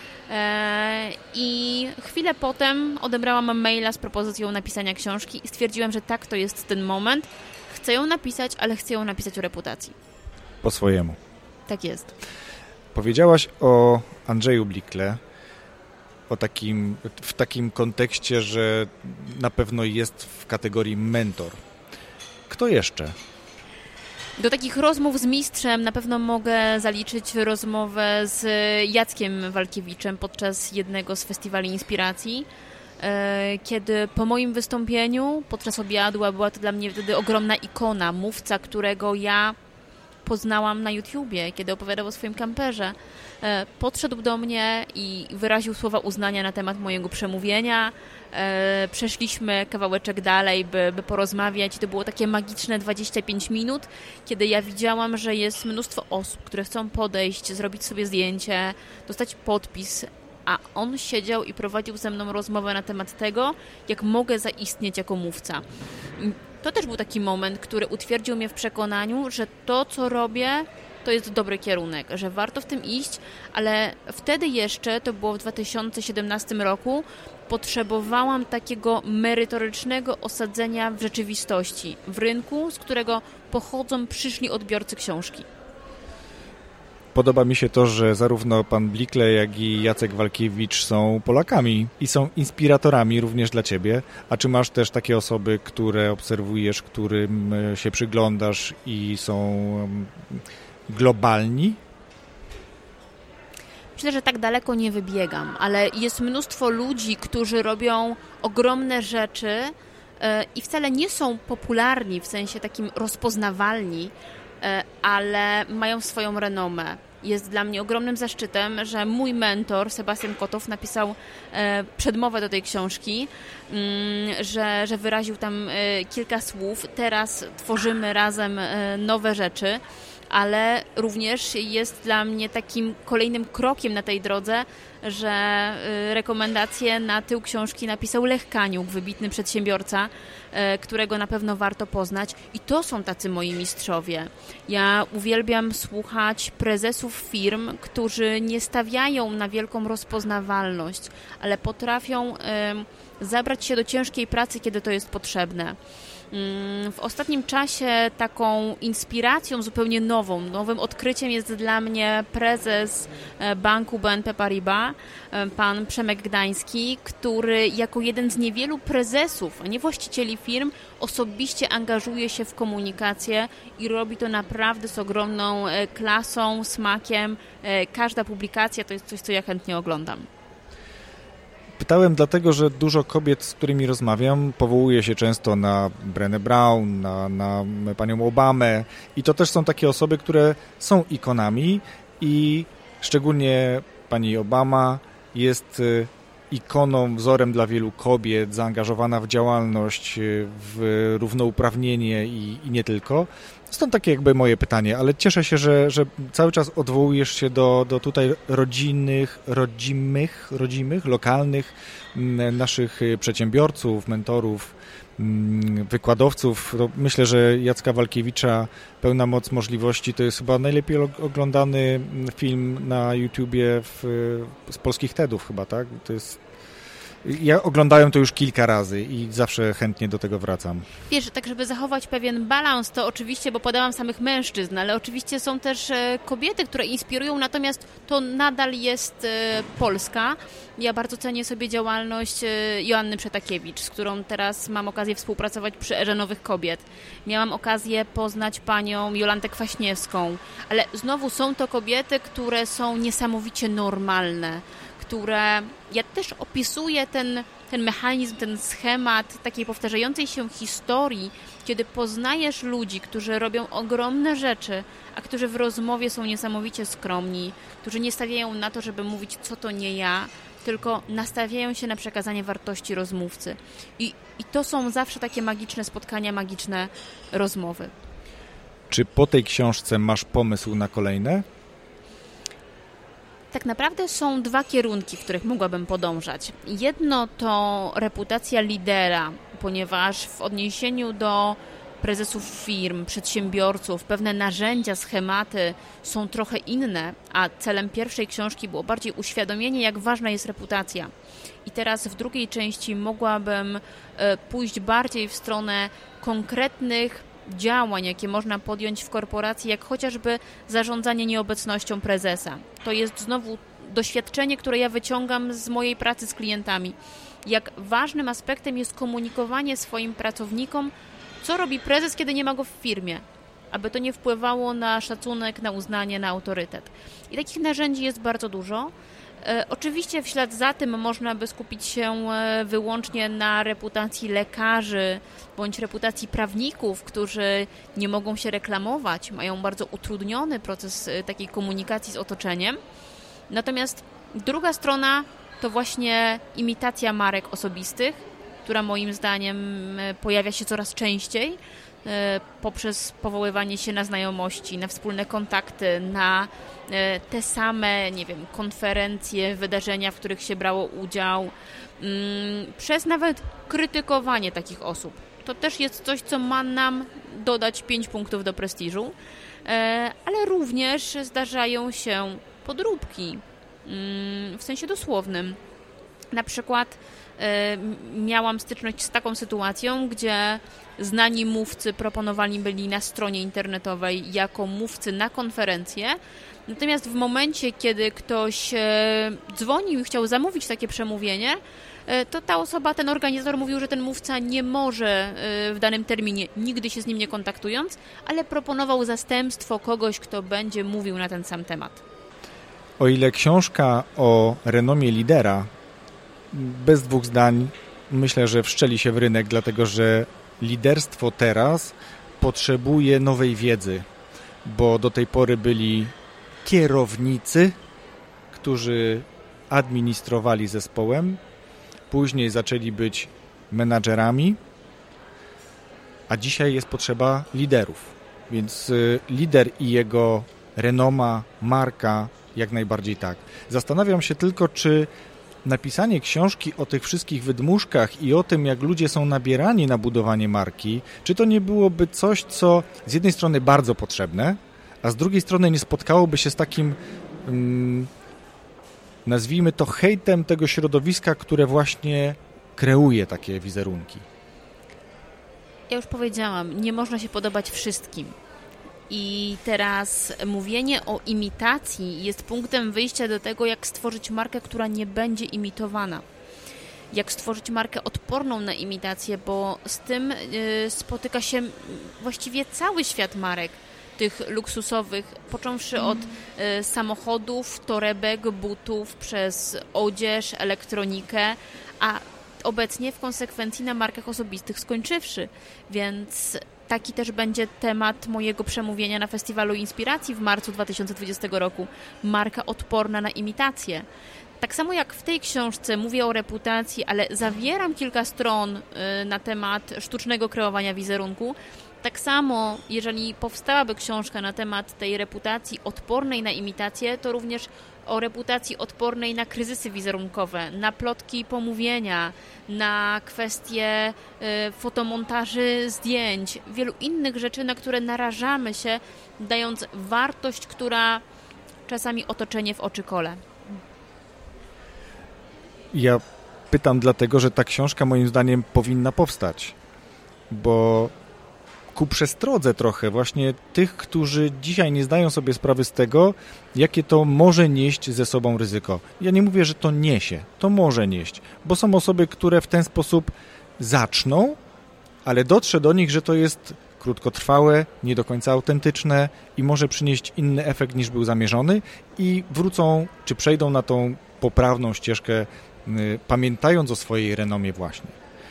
Speaker 3: I chwilę potem odebrałam maila z propozycją napisania książki i stwierdziłam, że tak, to jest ten moment. Chcę ją napisać, ale chcę ją napisać o reputacji.
Speaker 2: Po swojemu.
Speaker 3: Tak jest.
Speaker 2: Powiedziałaś o Andrzeju Blikle, o takim, w takim kontekście, że na pewno jest w kategorii mentor. Kto jeszcze?
Speaker 3: Do takich rozmów z mistrzem na pewno mogę zaliczyć rozmowę z Jackiem Walkiewiczem podczas jednego z festiwali inspiracji, kiedy po moim wystąpieniu podczas obiadu była to dla mnie wtedy ogromna ikona, mówca, którego ja poznałam na YouTubie, kiedy opowiadał o swoim kamperze. Podszedł do mnie i wyraził słowa uznania na temat mojego przemówienia. Przeszliśmy kawałeczek dalej, by, by porozmawiać. To było takie magiczne dwadzieścia pięć minut, kiedy ja widziałam, że jest mnóstwo osób, które chcą podejść, zrobić sobie zdjęcie, dostać podpis, a on siedział i prowadził ze mną rozmowę na temat tego, jak mogę zaistnieć jako mówca. To też był taki moment, który utwierdził mnie w przekonaniu, że to, co robię, to jest dobry kierunek, że warto w tym iść, ale wtedy jeszcze, to było w dwa tysiące siedemnastym roku, potrzebowałam takiego merytorycznego osadzenia w rzeczywistości, w rynku, z którego pochodzą przyszli odbiorcy książki.
Speaker 2: Podoba mi się to, że zarówno pan Blikle, jak i Jacek Walkiewicz są Polakami i są inspiratorami również dla ciebie. A czy masz też takie osoby, które obserwujesz, którym się przyglądasz i są globalni?
Speaker 3: Myślę, że tak daleko nie wybiegam, ale jest mnóstwo ludzi, którzy robią ogromne rzeczy i wcale nie są popularni, w sensie takim rozpoznawalni, ale mają swoją renomę. Jest dla mnie ogromnym zaszczytem, że mój mentor Sebastian Kotow napisał przedmowę do tej książki, że, że wyraził tam kilka słów. Teraz tworzymy razem nowe rzeczy, ale również jest dla mnie takim kolejnym krokiem na tej drodze, że rekomendacje na tył książki napisał Lech Kaniuk, wybitny przedsiębiorca, którego na pewno warto poznać. I to są tacy moi mistrzowie. Ja uwielbiam słuchać prezesów firm, którzy nie stawiają na wielką rozpoznawalność, ale potrafią zabrać się do ciężkiej pracy, kiedy to jest potrzebne. W ostatnim czasie taką inspiracją zupełnie nową, nowym odkryciem jest dla mnie prezes banku B N P Paribas, pan Przemek Gdański, który jako jeden z niewielu prezesów, a nie właścicieli firm, osobiście angażuje się w komunikację i robi to naprawdę z ogromną klasą, smakiem. Każda publikacja to jest coś, co ja chętnie oglądam.
Speaker 2: Pytałem dlatego, że dużo kobiet, z którymi rozmawiam, powołuje się często na Brené Brown, na, na panią Obamę i to też są takie osoby, które są ikonami i szczególnie pani Obama jest ikoną, wzorem dla wielu kobiet, zaangażowana w działalność, w równouprawnienie i, i nie tylko. Stąd takie jakby moje pytanie, ale cieszę się, że, że cały czas odwołujesz się do, do tutaj rodzinnych, rodzimych, rodzimych, lokalnych naszych przedsiębiorców, mentorów, wykładowców. Myślę, że Jacka Walkiewicza Pełna moc możliwości to jest chyba najlepiej oglądany film na YouTubie w, z polskich TEDów chyba, tak? To jest... Ja oglądałem to już kilka razy i zawsze chętnie do tego wracam.
Speaker 3: Wiesz, tak żeby zachować pewien balans, to oczywiście, bo podałam samych mężczyzn, ale oczywiście są też kobiety, które inspirują, natomiast to nadal jest Polska. Ja bardzo cenię sobie działalność Joanny Przetakiewicz, z którą teraz mam okazję współpracować przy Erze Nowych Kobiet. Miałam okazję poznać panią Jolantę Kwaśniewską, ale znowu są to kobiety, które są niesamowicie normalne, które ja też opisuję ten, ten mechanizm, ten schemat takiej powtarzającej się historii, kiedy poznajesz ludzi, którzy robią ogromne rzeczy, a którzy w rozmowie są niesamowicie skromni, którzy nie stawiają na to, żeby mówić, co to nie ja, tylko nastawiają się na przekazanie wartości rozmówcy. I, i to są zawsze takie magiczne spotkania, magiczne rozmowy.
Speaker 2: Czy po tej książce masz pomysł na kolejne?
Speaker 3: Tak naprawdę są dwa kierunki, w których mogłabym podążać. Jedno to reputacja lidera, ponieważ w odniesieniu do prezesów firm, przedsiębiorców, pewne narzędzia, schematy są trochę inne, a celem pierwszej książki było bardziej uświadomienie, jak ważna jest reputacja. I teraz w drugiej części mogłabym pójść bardziej w stronę konkretnych działań, jakie można podjąć w korporacji, jak chociażby zarządzanie nieobecnością prezesa. To jest znowu doświadczenie, które ja wyciągam z mojej pracy z klientami. Jak ważnym aspektem jest komunikowanie swoim pracownikom, co robi prezes, kiedy nie ma go w firmie, aby to nie wpływało na szacunek, na uznanie, na autorytet. I takich narzędzi jest bardzo dużo. E, oczywiście w ślad za tym można by skupić się wyłącznie na reputacji lekarzy bądź reputacji prawników, którzy nie mogą się reklamować, mają bardzo utrudniony proces takiej komunikacji z otoczeniem. Natomiast druga strona to właśnie imitacja marek osobistych, która moim zdaniem pojawia się coraz częściej poprzez powoływanie się na znajomości, na wspólne kontakty, na te same, nie wiem, konferencje, wydarzenia, w których się brało udział, przez nawet krytykowanie takich osób. To też jest coś, co ma nam dodać pięć punktów do prestiżu, ale również zdarzają się podróbki, w sensie dosłownym. Na przykład miałam styczność z taką sytuacją, gdzie znani mówcy proponowani byli na stronie internetowej jako mówcy na konferencję, natomiast w momencie, kiedy ktoś dzwonił i chciał zamówić takie przemówienie, to ta osoba, ten organizator mówił, że ten mówca nie może w danym terminie, nigdy się z nim nie kontaktując, ale proponował zastępstwo kogoś, kto będzie mówił na ten sam temat.
Speaker 2: O ile książka o renomie lidera bez dwóch zdań myślę, że wszczeli się w rynek, dlatego że liderstwo teraz potrzebuje nowej wiedzy, bo do tej pory byli kierownicy, którzy administrowali zespołem, później zaczęli być menadżerami, a dzisiaj jest potrzeba liderów. Więc lider i jego renoma, marka jak najbardziej tak. Zastanawiam się tylko, czy napisanie książki o tych wszystkich wydmuszkach i o tym, jak ludzie są nabierani na budowanie marki, czy to nie byłoby coś, co z jednej strony bardzo potrzebne, a z drugiej strony nie spotkałoby się z takim, mm, nazwijmy to, hejtem tego środowiska, które właśnie kreuje takie wizerunki.
Speaker 3: Ja już powiedziałam, nie można się podobać wszystkim. I teraz mówienie o imitacji jest punktem wyjścia do tego, jak stworzyć markę, która nie będzie imitowana. Jak stworzyć markę odporną na imitację, bo z tym y, spotyka się właściwie cały świat marek, tych luksusowych, począwszy od y, samochodów, torebek, butów, przez odzież, elektronikę, a obecnie w konsekwencji na markach osobistych skończywszy. Więc taki też będzie temat mojego przemówienia na Festiwalu Inspiracji w marcu dwa tysiące dwudziestego roku. Marka odporna na imitację. Tak samo jak w tej książce mówię o reputacji, ale zawieram kilka stron na temat sztucznego kreowania wizerunku, Tak samo, jeżeli powstałaby książka na temat tej reputacji odpornej na imitację, to również o reputacji odpornej na kryzysy wizerunkowe, na plotki i pomówienia, na kwestie y, fotomontaży zdjęć, wielu innych rzeczy, na które narażamy się, dając wartość, która czasami otoczenie w oczy kole.
Speaker 2: Ja pytam dlatego, że ta książka moim zdaniem powinna powstać, bo ku przestrodze trochę właśnie tych, którzy dzisiaj nie zdają sobie sprawy z tego, jakie to może nieść ze sobą ryzyko. Ja nie mówię, że to niesie, to może nieść, bo są osoby, które w ten sposób zaczną, ale dotrze do nich, że to jest krótkotrwałe, nie do końca autentyczne i może przynieść inny efekt niż był zamierzony i wrócą, czy przejdą na tą poprawną ścieżkę, y, pamiętając o swojej renomie właśnie.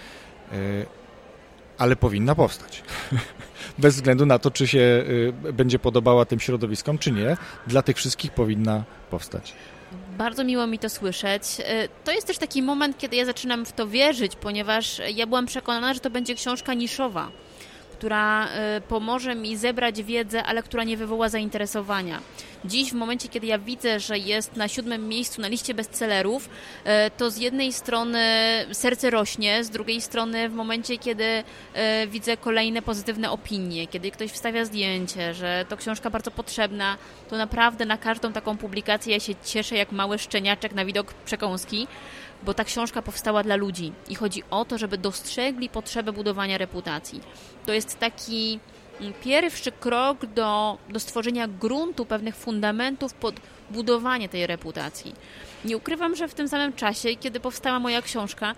Speaker 2: Y, ale powinna powstać. Bez względu na to, czy się y, będzie podobała tym środowiskom, czy nie. Dla tych wszystkich powinna powstać.
Speaker 3: Bardzo miło mi to słyszeć. To jest też taki moment, kiedy ja zaczynam w to wierzyć, ponieważ ja byłam przekonana, że to będzie książka niszowa, która pomoże mi zebrać wiedzę, ale która nie wywoła zainteresowania. Dziś, w momencie, kiedy ja widzę, że jest na siódmym miejscu na liście bestsellerów, to z jednej strony serce rośnie, z drugiej strony w momencie, kiedy widzę kolejne pozytywne opinie, kiedy ktoś wstawia zdjęcie, że to książka bardzo potrzebna, to naprawdę na każdą taką publikację ja się cieszę jak mały szczeniaczek na widok przekąski, bo ta książka powstała dla ludzi i chodzi o to, żeby dostrzegli potrzebę budowania reputacji. To jest taki pierwszy krok do, do stworzenia gruntu, pewnych fundamentów pod budowanie tej reputacji. Nie ukrywam, że w tym samym czasie, kiedy powstała moja książka,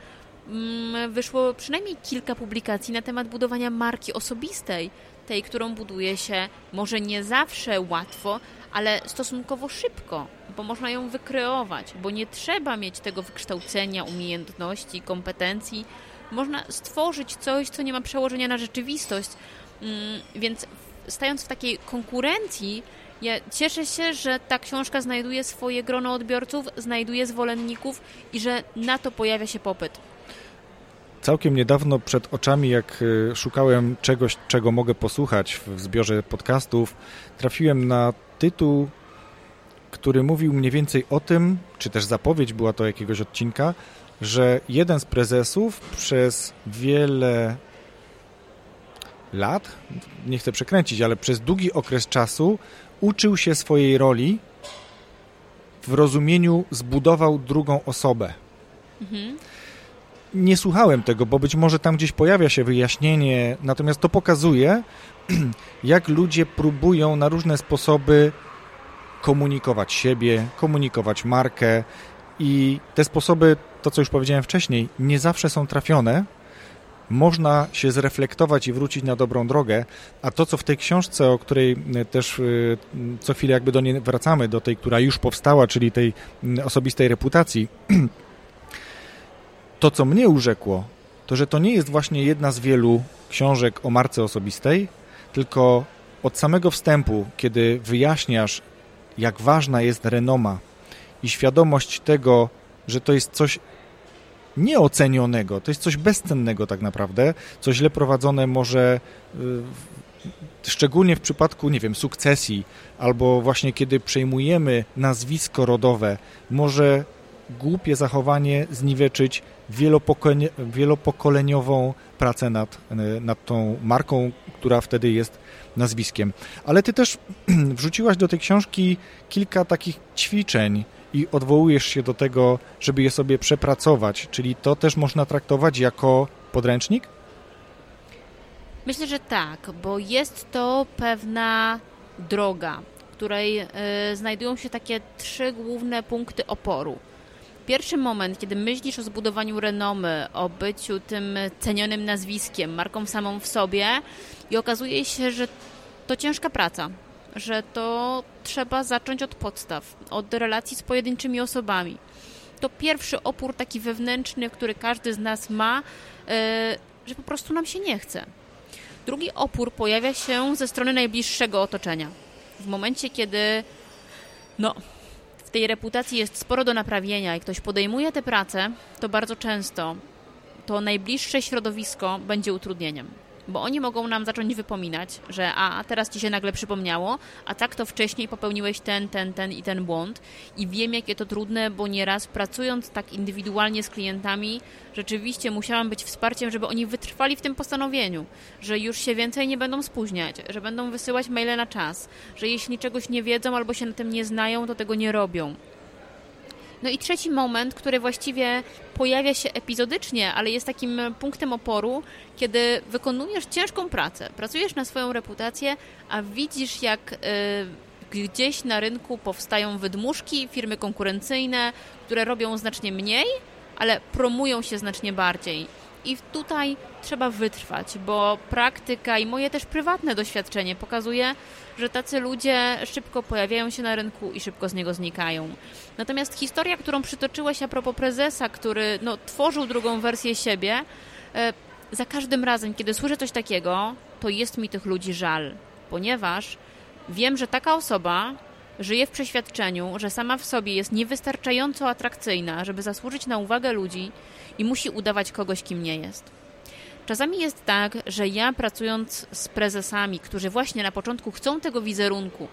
Speaker 3: wyszło przynajmniej kilka publikacji na temat budowania marki osobistej, tej, którą buduje się może nie zawsze łatwo, ale stosunkowo szybko, bo można ją wykreować, bo nie trzeba mieć tego wykształcenia, umiejętności, kompetencji. Można stworzyć coś, co nie ma przełożenia na rzeczywistość, więc stając w takiej konkurencji, ja cieszę się, że ta książka znajduje swoje grono odbiorców, znajduje zwolenników i że na to pojawia się popyt.
Speaker 2: Całkiem niedawno przed oczami, jak szukałem czegoś, czego mogę posłuchać w zbiorze podcastów, trafiłem na tytuł, który mówił mniej więcej o tym, czy też zapowiedź była to jakiegoś odcinka, że jeden z prezesów przez wiele lat, nie chcę przekręcić, ale przez długi okres czasu uczył się swojej roli, w rozumieniu zbudował drugą osobę. Mhm. Nie słuchałem tego, bo być może tam gdzieś pojawia się wyjaśnienie, natomiast to pokazuje, jak ludzie próbują na różne sposoby komunikować siebie, komunikować markę i te sposoby, to co już powiedziałem wcześniej, nie zawsze są trafione. Można się zreflektować i wrócić na dobrą drogę, a to, co w tej książce, o której też co chwilę jakby do niej wracamy, do tej, która już powstała, czyli tej osobistej reputacji, to, co mnie urzekło, to, że to nie jest właśnie jedna z wielu książek o marce osobistej, tylko od samego wstępu, kiedy wyjaśniasz, jak ważna jest renoma i świadomość tego, że to jest coś nieocenionego, to jest coś bezcennego tak naprawdę, co źle prowadzone może, yy, szczególnie w przypadku, nie wiem, sukcesji, albo właśnie kiedy przejmujemy nazwisko rodowe, może głupie zachowanie zniweczyć wielopokole- wielopokoleniową pracę nad, nad tą marką, która wtedy jest nazwiskiem. Ale ty też wrzuciłaś do tej książki kilka takich ćwiczeń i odwołujesz się do tego, żeby je sobie przepracować, czyli to też można traktować jako podręcznik?
Speaker 3: Myślę, że tak, bo jest to pewna droga, w której y, znajdują się takie trzy główne punkty oporu. Pierwszy moment, kiedy myślisz o zbudowaniu renomy, o byciu tym cenionym nazwiskiem, marką samą w sobie i okazuje się, że to ciężka praca, że to trzeba zacząć od podstaw, od relacji z pojedynczymi osobami. To pierwszy opór taki wewnętrzny, który każdy z nas ma, że po prostu nam się nie chce. Drugi opór pojawia się ze strony najbliższego otoczenia. W momencie, kiedy no, w tej reputacji jest sporo do naprawienia i ktoś podejmuje tę pracę, to bardzo często to najbliższe środowisko będzie utrudnieniem. bo oni mogą nam zacząć wypominać, że a teraz ci się nagle przypomniało, a tak to wcześniej popełniłeś ten, ten, ten i ten błąd i wiem, jakie to trudne, bo nieraz pracując tak indywidualnie z klientami, rzeczywiście musiałam być wsparciem, żeby oni wytrwali w tym postanowieniu, że już się więcej nie będą spóźniać, że będą wysyłać maile na czas, że jeśli czegoś nie wiedzą albo się na tym nie znają, to tego nie robią. No i trzeci moment, który właściwie pojawia się epizodycznie, ale jest takim punktem oporu, kiedy wykonujesz ciężką pracę, pracujesz na swoją reputację, a widzisz, jak y, gdzieś na rynku powstają wydmuszki, firmy konkurencyjne, które robią znacznie mniej, ale promują się znacznie bardziej. I tutaj trzeba wytrwać, bo praktyka i moje też prywatne doświadczenie pokazuje, że tacy ludzie szybko pojawiają się na rynku i szybko z niego znikają. Natomiast historia, którą przytoczyłeś a propos prezesa, który no, tworzył drugą wersję siebie, e, za każdym razem, kiedy słyszę coś takiego, to jest mi tych ludzi żal, ponieważ wiem, że taka osoba żyje w przeświadczeniu, że sama w sobie jest niewystarczająco atrakcyjna, żeby zasłużyć na uwagę ludzi i musi udawać kogoś, kim nie jest. Czasami jest tak, że ja pracując z prezesami, którzy właśnie na początku chcą tego wizerunku,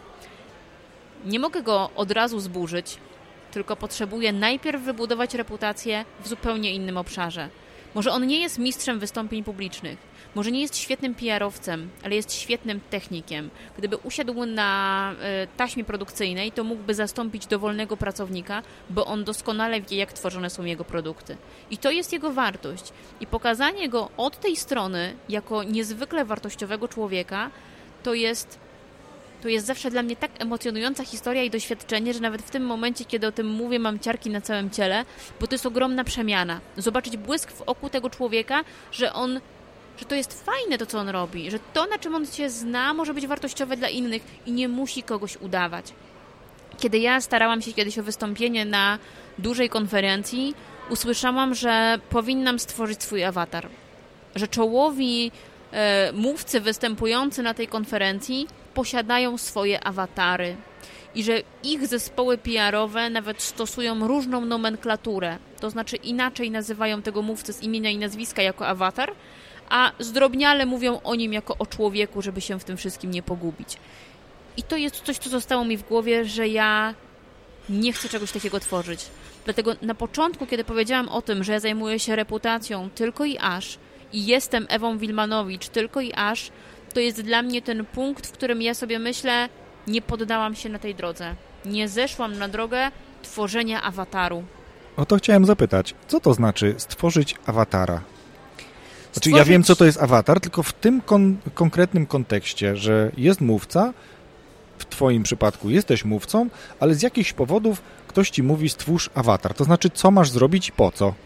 Speaker 3: nie mogę go od razu zburzyć, tylko potrzebuję najpierw wybudować reputację w zupełnie innym obszarze. Może on nie jest mistrzem wystąpień publicznych, może nie jest świetnym P R-owcem, ale jest świetnym technikiem. Gdyby usiadł na y, taśmie produkcyjnej, to mógłby zastąpić dowolnego pracownika, bo on doskonale wie, jak tworzone są jego produkty. I to jest jego wartość. I pokazanie go od tej strony jako niezwykle wartościowego człowieka, to jest, to jest zawsze dla mnie tak emocjonująca historia i doświadczenie, że nawet w tym momencie, kiedy o tym mówię, mam ciarki na całym ciele, bo to jest ogromna przemiana. Zobaczyć błysk w oku tego człowieka, że on że to jest fajne to, co on robi, że to, na czym on się zna, może być wartościowe dla innych i nie musi kogoś udawać. Kiedy ja starałam się kiedyś o wystąpienie na dużej konferencji, usłyszałam, że powinnam stworzyć swój awatar. Że czołowi e, mówcy występujący na tej konferencji posiadają swoje awatary i że ich zespoły P R-owe nawet stosują różną nomenklaturę, to znaczy inaczej nazywają tego mówcę z imienia i nazwiska jako awatar, a zdrobniale mówią o nim jako o człowieku, żeby się w tym wszystkim nie pogubić. I to jest coś, co zostało mi w głowie, że ja nie chcę czegoś takiego tworzyć. Dlatego na początku, kiedy powiedziałam o tym, że ja zajmuję się reputacją tylko i aż i jestem Ewą Wilmanowicz tylko i aż, to jest dla mnie ten punkt, w którym ja sobie myślę, nie poddałam się na tej drodze. Nie zeszłam na drogę tworzenia awataru.
Speaker 2: O to chciałem zapytać, co to znaczy stworzyć awatara? Znaczy,
Speaker 3: Stworzyć...
Speaker 2: ja wiem, co to jest awatar, tylko w tym kon- konkretnym kontekście, że jest mówca, w twoim przypadku jesteś mówcą, ale z jakichś powodów ktoś ci mówi stwórz awatar. To znaczy, co masz zrobić i po co?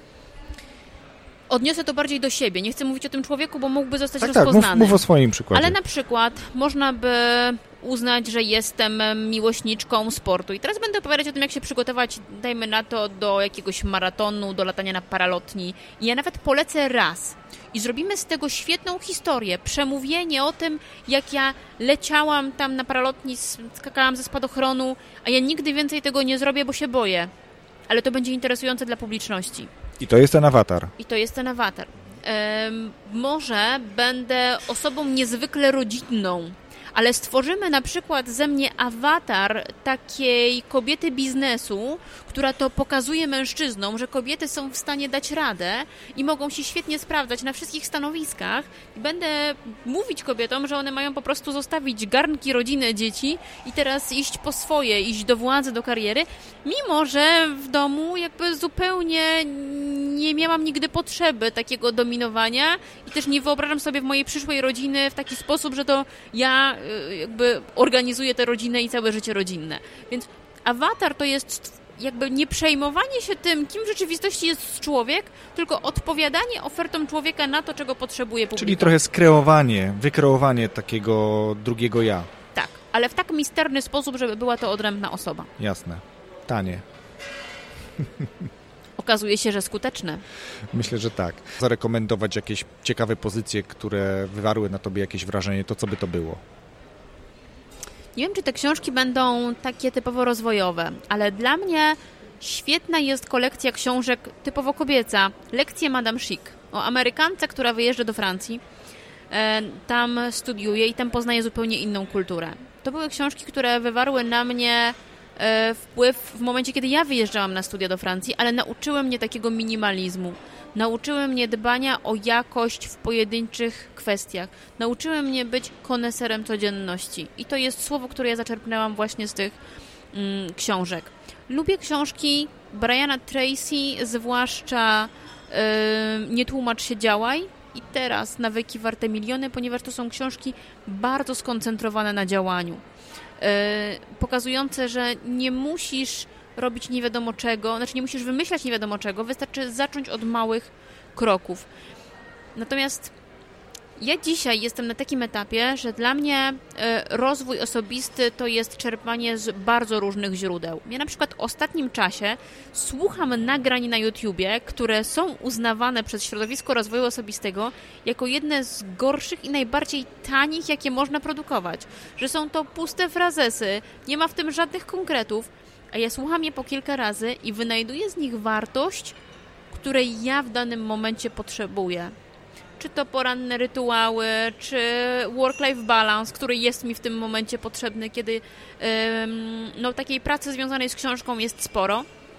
Speaker 3: Odniosę to bardziej do siebie. Nie chcę mówić o tym człowieku, bo mógłby zostać
Speaker 2: tak,
Speaker 3: rozpoznany.
Speaker 2: Tak, mów, mów o swoim przykładzie.
Speaker 3: Ale na przykład można by uznać, że jestem miłośniczką sportu. I teraz będę opowiadać o tym, jak się przygotować, dajmy na to, do jakiegoś maratonu, do latania na paralotni. I ja nawet polecę raz. I zrobimy z tego świetną historię. Przemówienie o tym, jak ja leciałam tam na paralotni, skakałam ze spadochronu, a ja nigdy więcej tego nie zrobię, bo się boję. Ale to będzie interesujące dla publiczności.
Speaker 2: I to jest ten awatar.
Speaker 3: I to jest ten awatar. Um, może będę osobą niezwykle rodzinną, ale stworzymy na przykład ze mnie awatar takiej kobiety biznesu, która to pokazuje mężczyznom, że kobiety są w stanie dać radę i mogą się świetnie sprawdzać na wszystkich stanowiskach. I będę mówić kobietom, że one mają po prostu zostawić garnki, rodzinę, dzieci i teraz iść po swoje, iść do władzy, do kariery, mimo że w domu jakby zupełnie nie miałam nigdy potrzeby takiego dominowania i też nie wyobrażam sobie w mojej przyszłej rodziny w taki sposób, że to ja jakby organizuję tę rodzinę i całe życie rodzinne. Więc awatar to jest jakby nie przejmowanie się tym, kim w rzeczywistości jest człowiek, tylko odpowiadanie ofertom człowieka na to, czego potrzebuje publika.
Speaker 2: Czyli trochę skreowanie, wykreowanie takiego drugiego ja.
Speaker 3: Tak, ale w tak misterny sposób, żeby była to odrębna osoba.
Speaker 2: Jasne. Tanie.
Speaker 3: Okazuje się, że skuteczne.
Speaker 2: Myślę, że tak. Zarekomendować jakieś ciekawe pozycje, które wywarły na tobie jakieś wrażenie, to co by to było?
Speaker 3: Nie wiem, czy te książki będą takie typowo rozwojowe, ale dla mnie świetna jest kolekcja książek typowo kobieca. Lekcje Madame Chic o Amerykance, która wyjeżdża do Francji. tam studiuję i tam poznaję zupełnie inną kulturę. To były książki, które wywarły na mnie wpływ w momencie, kiedy ja wyjeżdżałam na studia do Francji, ale nauczyły mnie takiego minimalizmu. Nauczyły mnie dbania o jakość w pojedynczych kwestiach. Nauczyły mnie być koneserem codzienności. I to jest słowo, które ja zaczerpnęłam właśnie z tych mm, książek. Lubię książki Briana Tracy, zwłaszcza yy, Nie tłumacz się, działaj i teraz Nawyki warte miliony, ponieważ to są książki bardzo skoncentrowane na działaniu. Yy, pokazujące, że nie musisz robić nie wiadomo czego, znaczy nie musisz wymyślać nie wiadomo czego, wystarczy zacząć od małych kroków. Natomiast ja dzisiaj jestem na takim etapie, że dla mnie rozwój osobisty to jest czerpanie z bardzo różnych źródeł. Ja na przykład w ostatnim czasie słucham nagrań na YouTubie, które są uznawane przez środowisko rozwoju osobistego jako jedne z gorszych i najbardziej tanich, jakie można produkować. Że są to puste frazesy, nie ma w tym żadnych konkretów, a ja słucham je po kilka razy i wynajduję z nich wartość, której ja w danym momencie potrzebuję. Czy to poranne rytuały, czy work-life balance, który jest mi w tym momencie potrzebny, kiedy ym, no, takiej pracy związanej z książką jest sporo.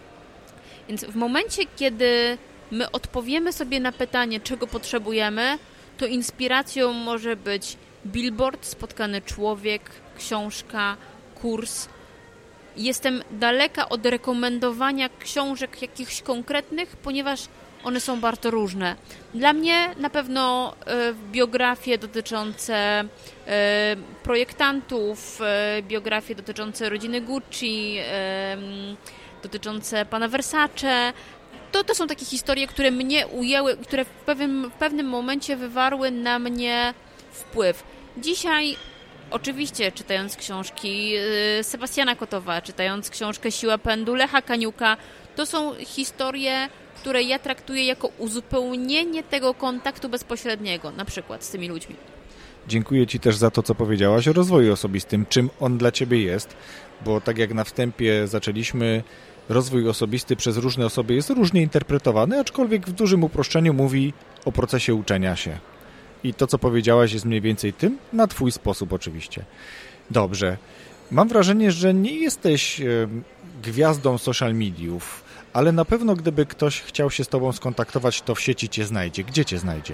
Speaker 3: Więc w momencie, kiedy my odpowiemy sobie na pytanie, czego potrzebujemy, to inspiracją może być billboard, spotkany człowiek, książka, kurs. Jestem daleka od rekomendowania książek jakichś konkretnych, ponieważ one są bardzo różne. Dla mnie na pewno e, biografie dotyczące e, projektantów, e, biografie dotyczące rodziny Gucci, e, dotyczące pana Versace, to, to są takie historie, które mnie ujęły, które w pewnym, w pewnym momencie wywarły na mnie wpływ. Dzisiaj oczywiście czytając książki Sebastiana Kotowa, czytając książkę Siła pędu Lecha Kaniuka, to są historie, które ja traktuję jako uzupełnienie tego kontaktu bezpośredniego, na przykład z tymi ludźmi.
Speaker 2: Dziękuję Ci też za to, co powiedziałaś o rozwoju osobistym, czym on dla Ciebie jest, bo tak jak na wstępie zaczęliśmy, rozwój osobisty przez różne osoby jest różnie interpretowany, aczkolwiek w dużym uproszczeniu mówi o procesie uczenia się. I to, co powiedziałaś, jest mniej więcej tym, na Twój sposób oczywiście. Dobrze. Mam wrażenie, że nie jesteś gwiazdą social mediów, ale na pewno gdyby ktoś chciał się z Tobą skontaktować, to w sieci Cię znajdzie. Gdzie Cię znajdzie?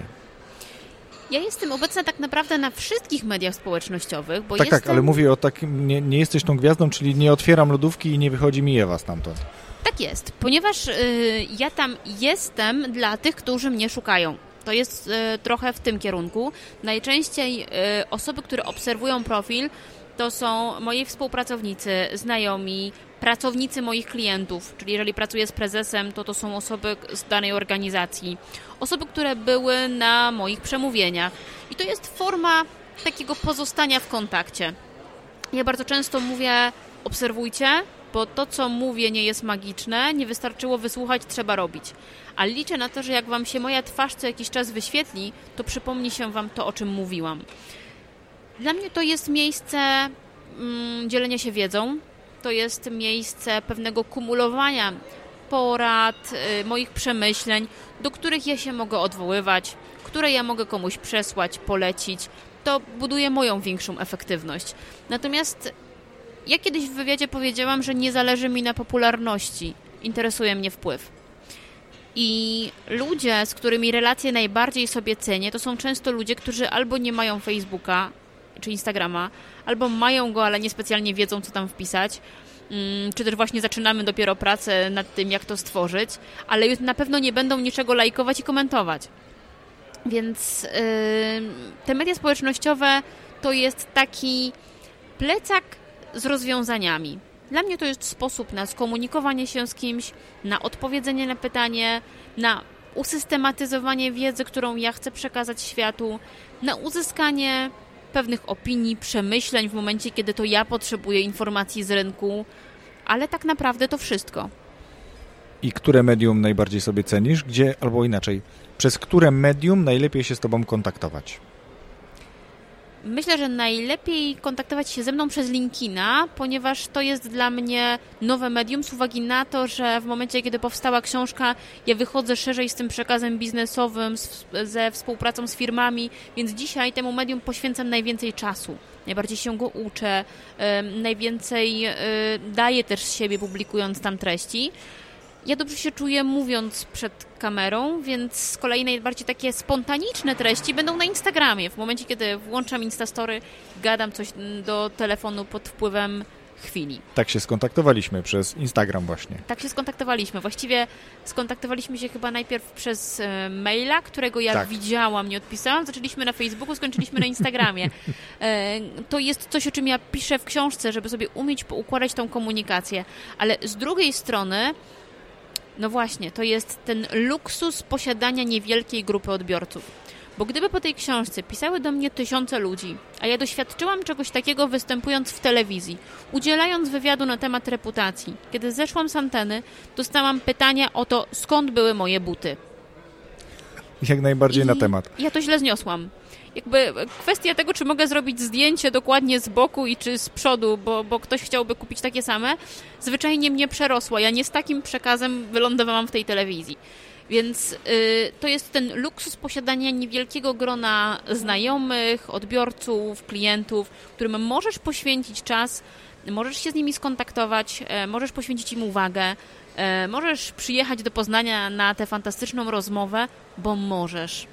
Speaker 3: Ja jestem obecna tak naprawdę na wszystkich mediach społecznościowych, bo
Speaker 2: Tak,
Speaker 3: jestem...
Speaker 2: tak, ale mówię o takim, nie, nie jesteś tą gwiazdą, czyli nie otwieram lodówki i nie wychodzi mi Ewa stamtąd.
Speaker 3: Tak jest, ponieważ y, ja tam jestem dla tych, którzy mnie szukają. To jest y, trochę w tym kierunku. Najczęściej y, osoby, które obserwują profil, to są moi współpracownicy, znajomi, pracownicy moich klientów, czyli jeżeli pracuję z prezesem, to to są osoby z danej organizacji, osoby, które były na moich przemówieniach. I to jest forma takiego pozostania w kontakcie. Ja bardzo często mówię, obserwujcie, bo to, co mówię, nie jest magiczne, nie wystarczyło wysłuchać, trzeba robić. Ale liczę na to, że jak Wam się moja twarz co jakiś czas wyświetli, to przypomni się Wam to, o czym mówiłam. Dla mnie to jest miejsce mm, dzielenia się wiedzą, to jest miejsce pewnego kumulowania porad, y, moich przemyśleń, do których ja się mogę odwoływać, które ja mogę komuś przesłać, polecić. To buduje moją większą efektywność. Natomiast ja kiedyś w wywiadzie powiedziałam, że nie zależy mi na popularności, interesuje mnie wpływ. I ludzie, z którymi relacje najbardziej sobie cenię, to są często ludzie, którzy albo nie mają Facebooka czy Instagrama, albo mają go, ale niespecjalnie wiedzą, co tam wpisać, czy też właśnie zaczynamy dopiero pracę nad tym, jak to stworzyć, ale już na pewno nie będą niczego lajkować i komentować. Więc yy, te media społecznościowe to jest taki plecak z rozwiązaniami. Dla mnie to jest sposób na skomunikowanie się z kimś, na odpowiedzenie na pytanie, na usystematyzowanie wiedzy, którą ja chcę przekazać światu, na uzyskanie pewnych opinii, przemyśleń w momencie, kiedy to ja potrzebuję informacji z rynku, ale tak naprawdę to wszystko.
Speaker 2: I które medium najbardziej sobie cenisz? Gdzie, albo inaczej, przez które medium najlepiej się z Tobą kontaktować?
Speaker 3: Myślę, że najlepiej kontaktować się ze mną przez LinkedIna, ponieważ to jest dla mnie nowe medium z uwagi na to, że w momencie, kiedy powstała książka, ja wychodzę szerzej z tym przekazem biznesowym, z, ze współpracą z firmami, więc dzisiaj temu medium poświęcam najwięcej czasu. Najbardziej się go uczę, y, najwięcej y, daję też z siebie, publikując tam treści. Ja dobrze się czuję mówiąc przed kamerą, więc z kolei najbardziej takie spontaniczne treści będą na Instagramie. W momencie, kiedy włączam Instastory, gadam coś do telefonu pod wpływem chwili.
Speaker 2: Tak się skontaktowaliśmy przez Instagram właśnie.
Speaker 3: Tak się skontaktowaliśmy. Właściwie skontaktowaliśmy się chyba najpierw przez e, maila, którego jak
Speaker 2: tak.
Speaker 3: widziałam, nie odpisałam. Zaczęliśmy na Facebooku, skończyliśmy na Instagramie. E, to jest coś, o czym ja piszę w książce, żeby sobie umieć poukładać tą komunikację. Ale z drugiej strony no właśnie, to jest ten luksus posiadania niewielkiej grupy odbiorców. Bo gdyby po tej książce pisały do mnie tysiące ludzi, a ja doświadczyłam czegoś takiego występując w telewizji, udzielając wywiadu na temat reputacji, kiedy zeszłam z anteny, dostałam pytania o to, skąd były moje buty.
Speaker 2: Jak najbardziej
Speaker 3: I
Speaker 2: na temat.
Speaker 3: Ja to źle zniosłam. Jakby kwestia tego, czy mogę zrobić zdjęcie dokładnie z boku i czy z przodu, bo, bo ktoś chciałby kupić takie same, zwyczajnie mnie przerosła. Ja nie z takim przekazem wylądowałam w tej telewizji. Więc y, to jest ten luksus posiadania niewielkiego grona znajomych, odbiorców, klientów, którym możesz poświęcić czas, możesz się z nimi skontaktować, e, możesz poświęcić im uwagę, e, możesz przyjechać do Poznania na tę fantastyczną rozmowę, bo możesz.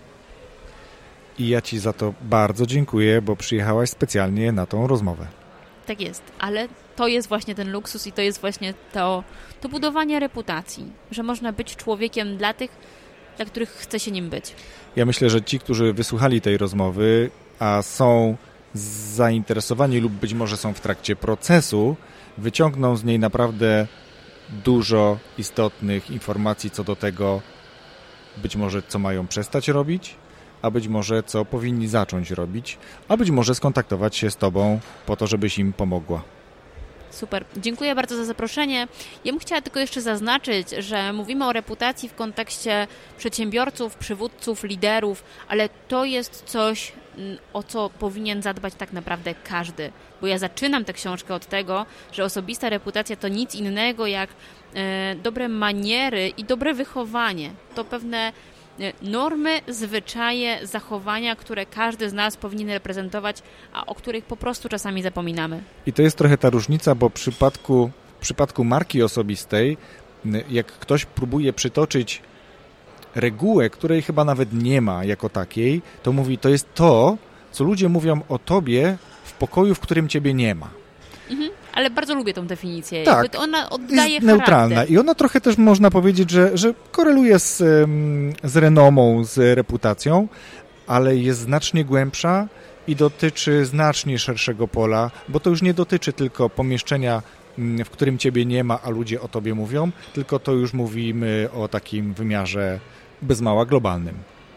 Speaker 2: I ja Ci za to bardzo dziękuję, bo przyjechałaś specjalnie na tą rozmowę.
Speaker 3: Tak jest, ale to jest właśnie ten luksus i to jest właśnie to, to budowanie reputacji, że można być człowiekiem dla tych, dla których chce się nim być.
Speaker 2: Ja myślę, że ci, którzy wysłuchali tej rozmowy, a są zainteresowani lub być może są w trakcie procesu, wyciągną z niej naprawdę dużo istotnych informacji co do tego, być może co mają przestać robić, a być może co powinni zacząć robić, a być może skontaktować się z Tobą po to, żebyś im pomogła.
Speaker 3: Super. Dziękuję bardzo za zaproszenie. Ja bym chciała tylko jeszcze zaznaczyć, że mówimy o reputacji w kontekście przedsiębiorców, przywódców, liderów, ale to jest coś, o co powinien zadbać tak naprawdę każdy. Bo ja zaczynam tę książkę od tego, że osobista reputacja to nic innego jak e, dobre maniery i dobre wychowanie. To pewne normy, zwyczaje, zachowania, które każdy z nas powinien reprezentować, a o których po prostu czasami zapominamy.
Speaker 2: I to jest trochę ta różnica, bo w przypadku, w przypadku marki osobistej, jak ktoś próbuje przytoczyć regułę, której chyba nawet nie ma jako takiej, to mówi, to jest to, co ludzie mówią o tobie w pokoju, w którym ciebie nie ma.
Speaker 3: Mhm. Ale bardzo lubię tą definicję.
Speaker 2: Tak,
Speaker 3: jakby ona oddaje
Speaker 2: jest neutralna
Speaker 3: charakter.
Speaker 2: I ona trochę też można powiedzieć, że, że koreluje z, z renomą, z reputacją, ale jest znacznie głębsza i dotyczy znacznie szerszego pola, bo to już nie dotyczy tylko pomieszczenia, w którym ciebie nie ma, a ludzie o tobie mówią, tylko to już mówimy o takim wymiarze bez mała globalnym.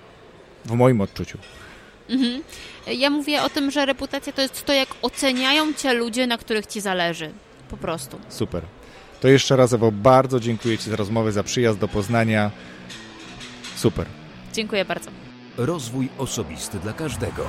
Speaker 2: W moim odczuciu.
Speaker 3: Mhm. Ja mówię o tym, że reputacja to jest to, jak oceniają cię ludzie, na których ci zależy. Po prostu.
Speaker 2: Super. To jeszcze raz, Ewo, bardzo dziękuję Ci za rozmowę, za przyjazd do Poznania. Super.
Speaker 3: Dziękuję bardzo.
Speaker 1: Rozwój osobisty dla każdego.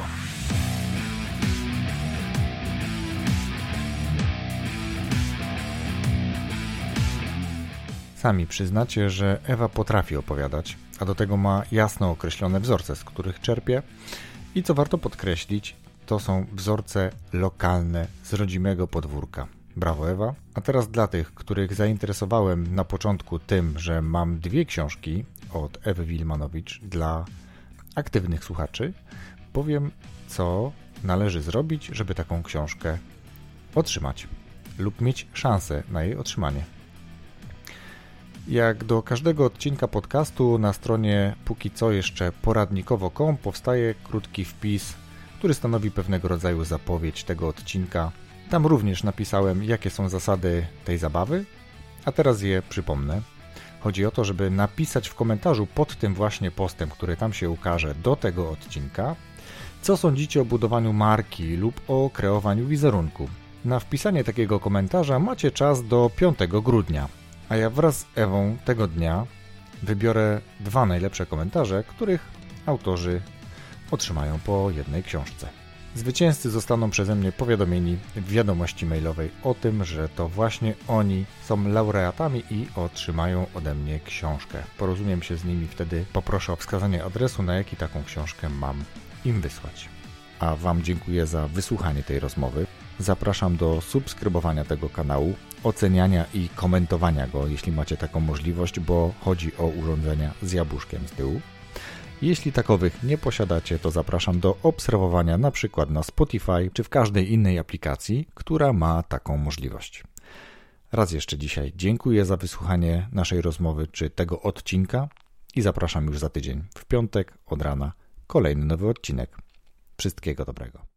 Speaker 2: Sami przyznacie, że Ewa potrafi opowiadać, a do tego ma jasno określone wzorce, z których czerpie. I co warto podkreślić, to są wzorce lokalne z rodzimego podwórka. Brawo, Ewa. A teraz dla tych, których zainteresowałem na początku tym, że mam dwie książki od Ewy Wilmanowicz dla aktywnych słuchaczy, powiem, co należy zrobić, żeby taką książkę otrzymać lub mieć szansę na jej otrzymanie. Jak do każdego odcinka podcastu na stronie póki co jeszcze poradnikowo kropka com powstaje krótki wpis, który stanowi pewnego rodzaju zapowiedź tego odcinka. Tam również napisałem, jakie są zasady tej zabawy, a teraz je przypomnę. Chodzi o to, żeby napisać w komentarzu pod tym właśnie postem, który tam się ukaże do tego odcinka, co sądzicie o budowaniu marki lub o kreowaniu wizerunku. Na wpisanie takiego komentarza macie czas do piątego grudnia. A ja wraz z Ewą tego dnia wybiorę dwa najlepsze komentarze, których autorzy otrzymają po jednej książce. Zwycięzcy zostaną przeze mnie powiadomieni w wiadomości mailowej o tym, że to właśnie oni są laureatami i otrzymają ode mnie książkę. Porozumiem się z nimi, wtedy poproszę o wskazanie adresu, na jaki taką książkę mam im wysłać. A Wam dziękuję za wysłuchanie tej rozmowy. Zapraszam do subskrybowania tego kanału, oceniania i komentowania go, jeśli macie taką możliwość, bo chodzi o urządzenia z jabłuszkiem z tyłu. Jeśli takowych nie posiadacie, to zapraszam do obserwowania na przykład na Spotify czy w każdej innej aplikacji, która ma taką możliwość. Raz jeszcze dzisiaj dziękuję za wysłuchanie naszej rozmowy czy tego odcinka i zapraszam już za tydzień, w piątek od rana, kolejny nowy odcinek. Wszystkiego dobrego.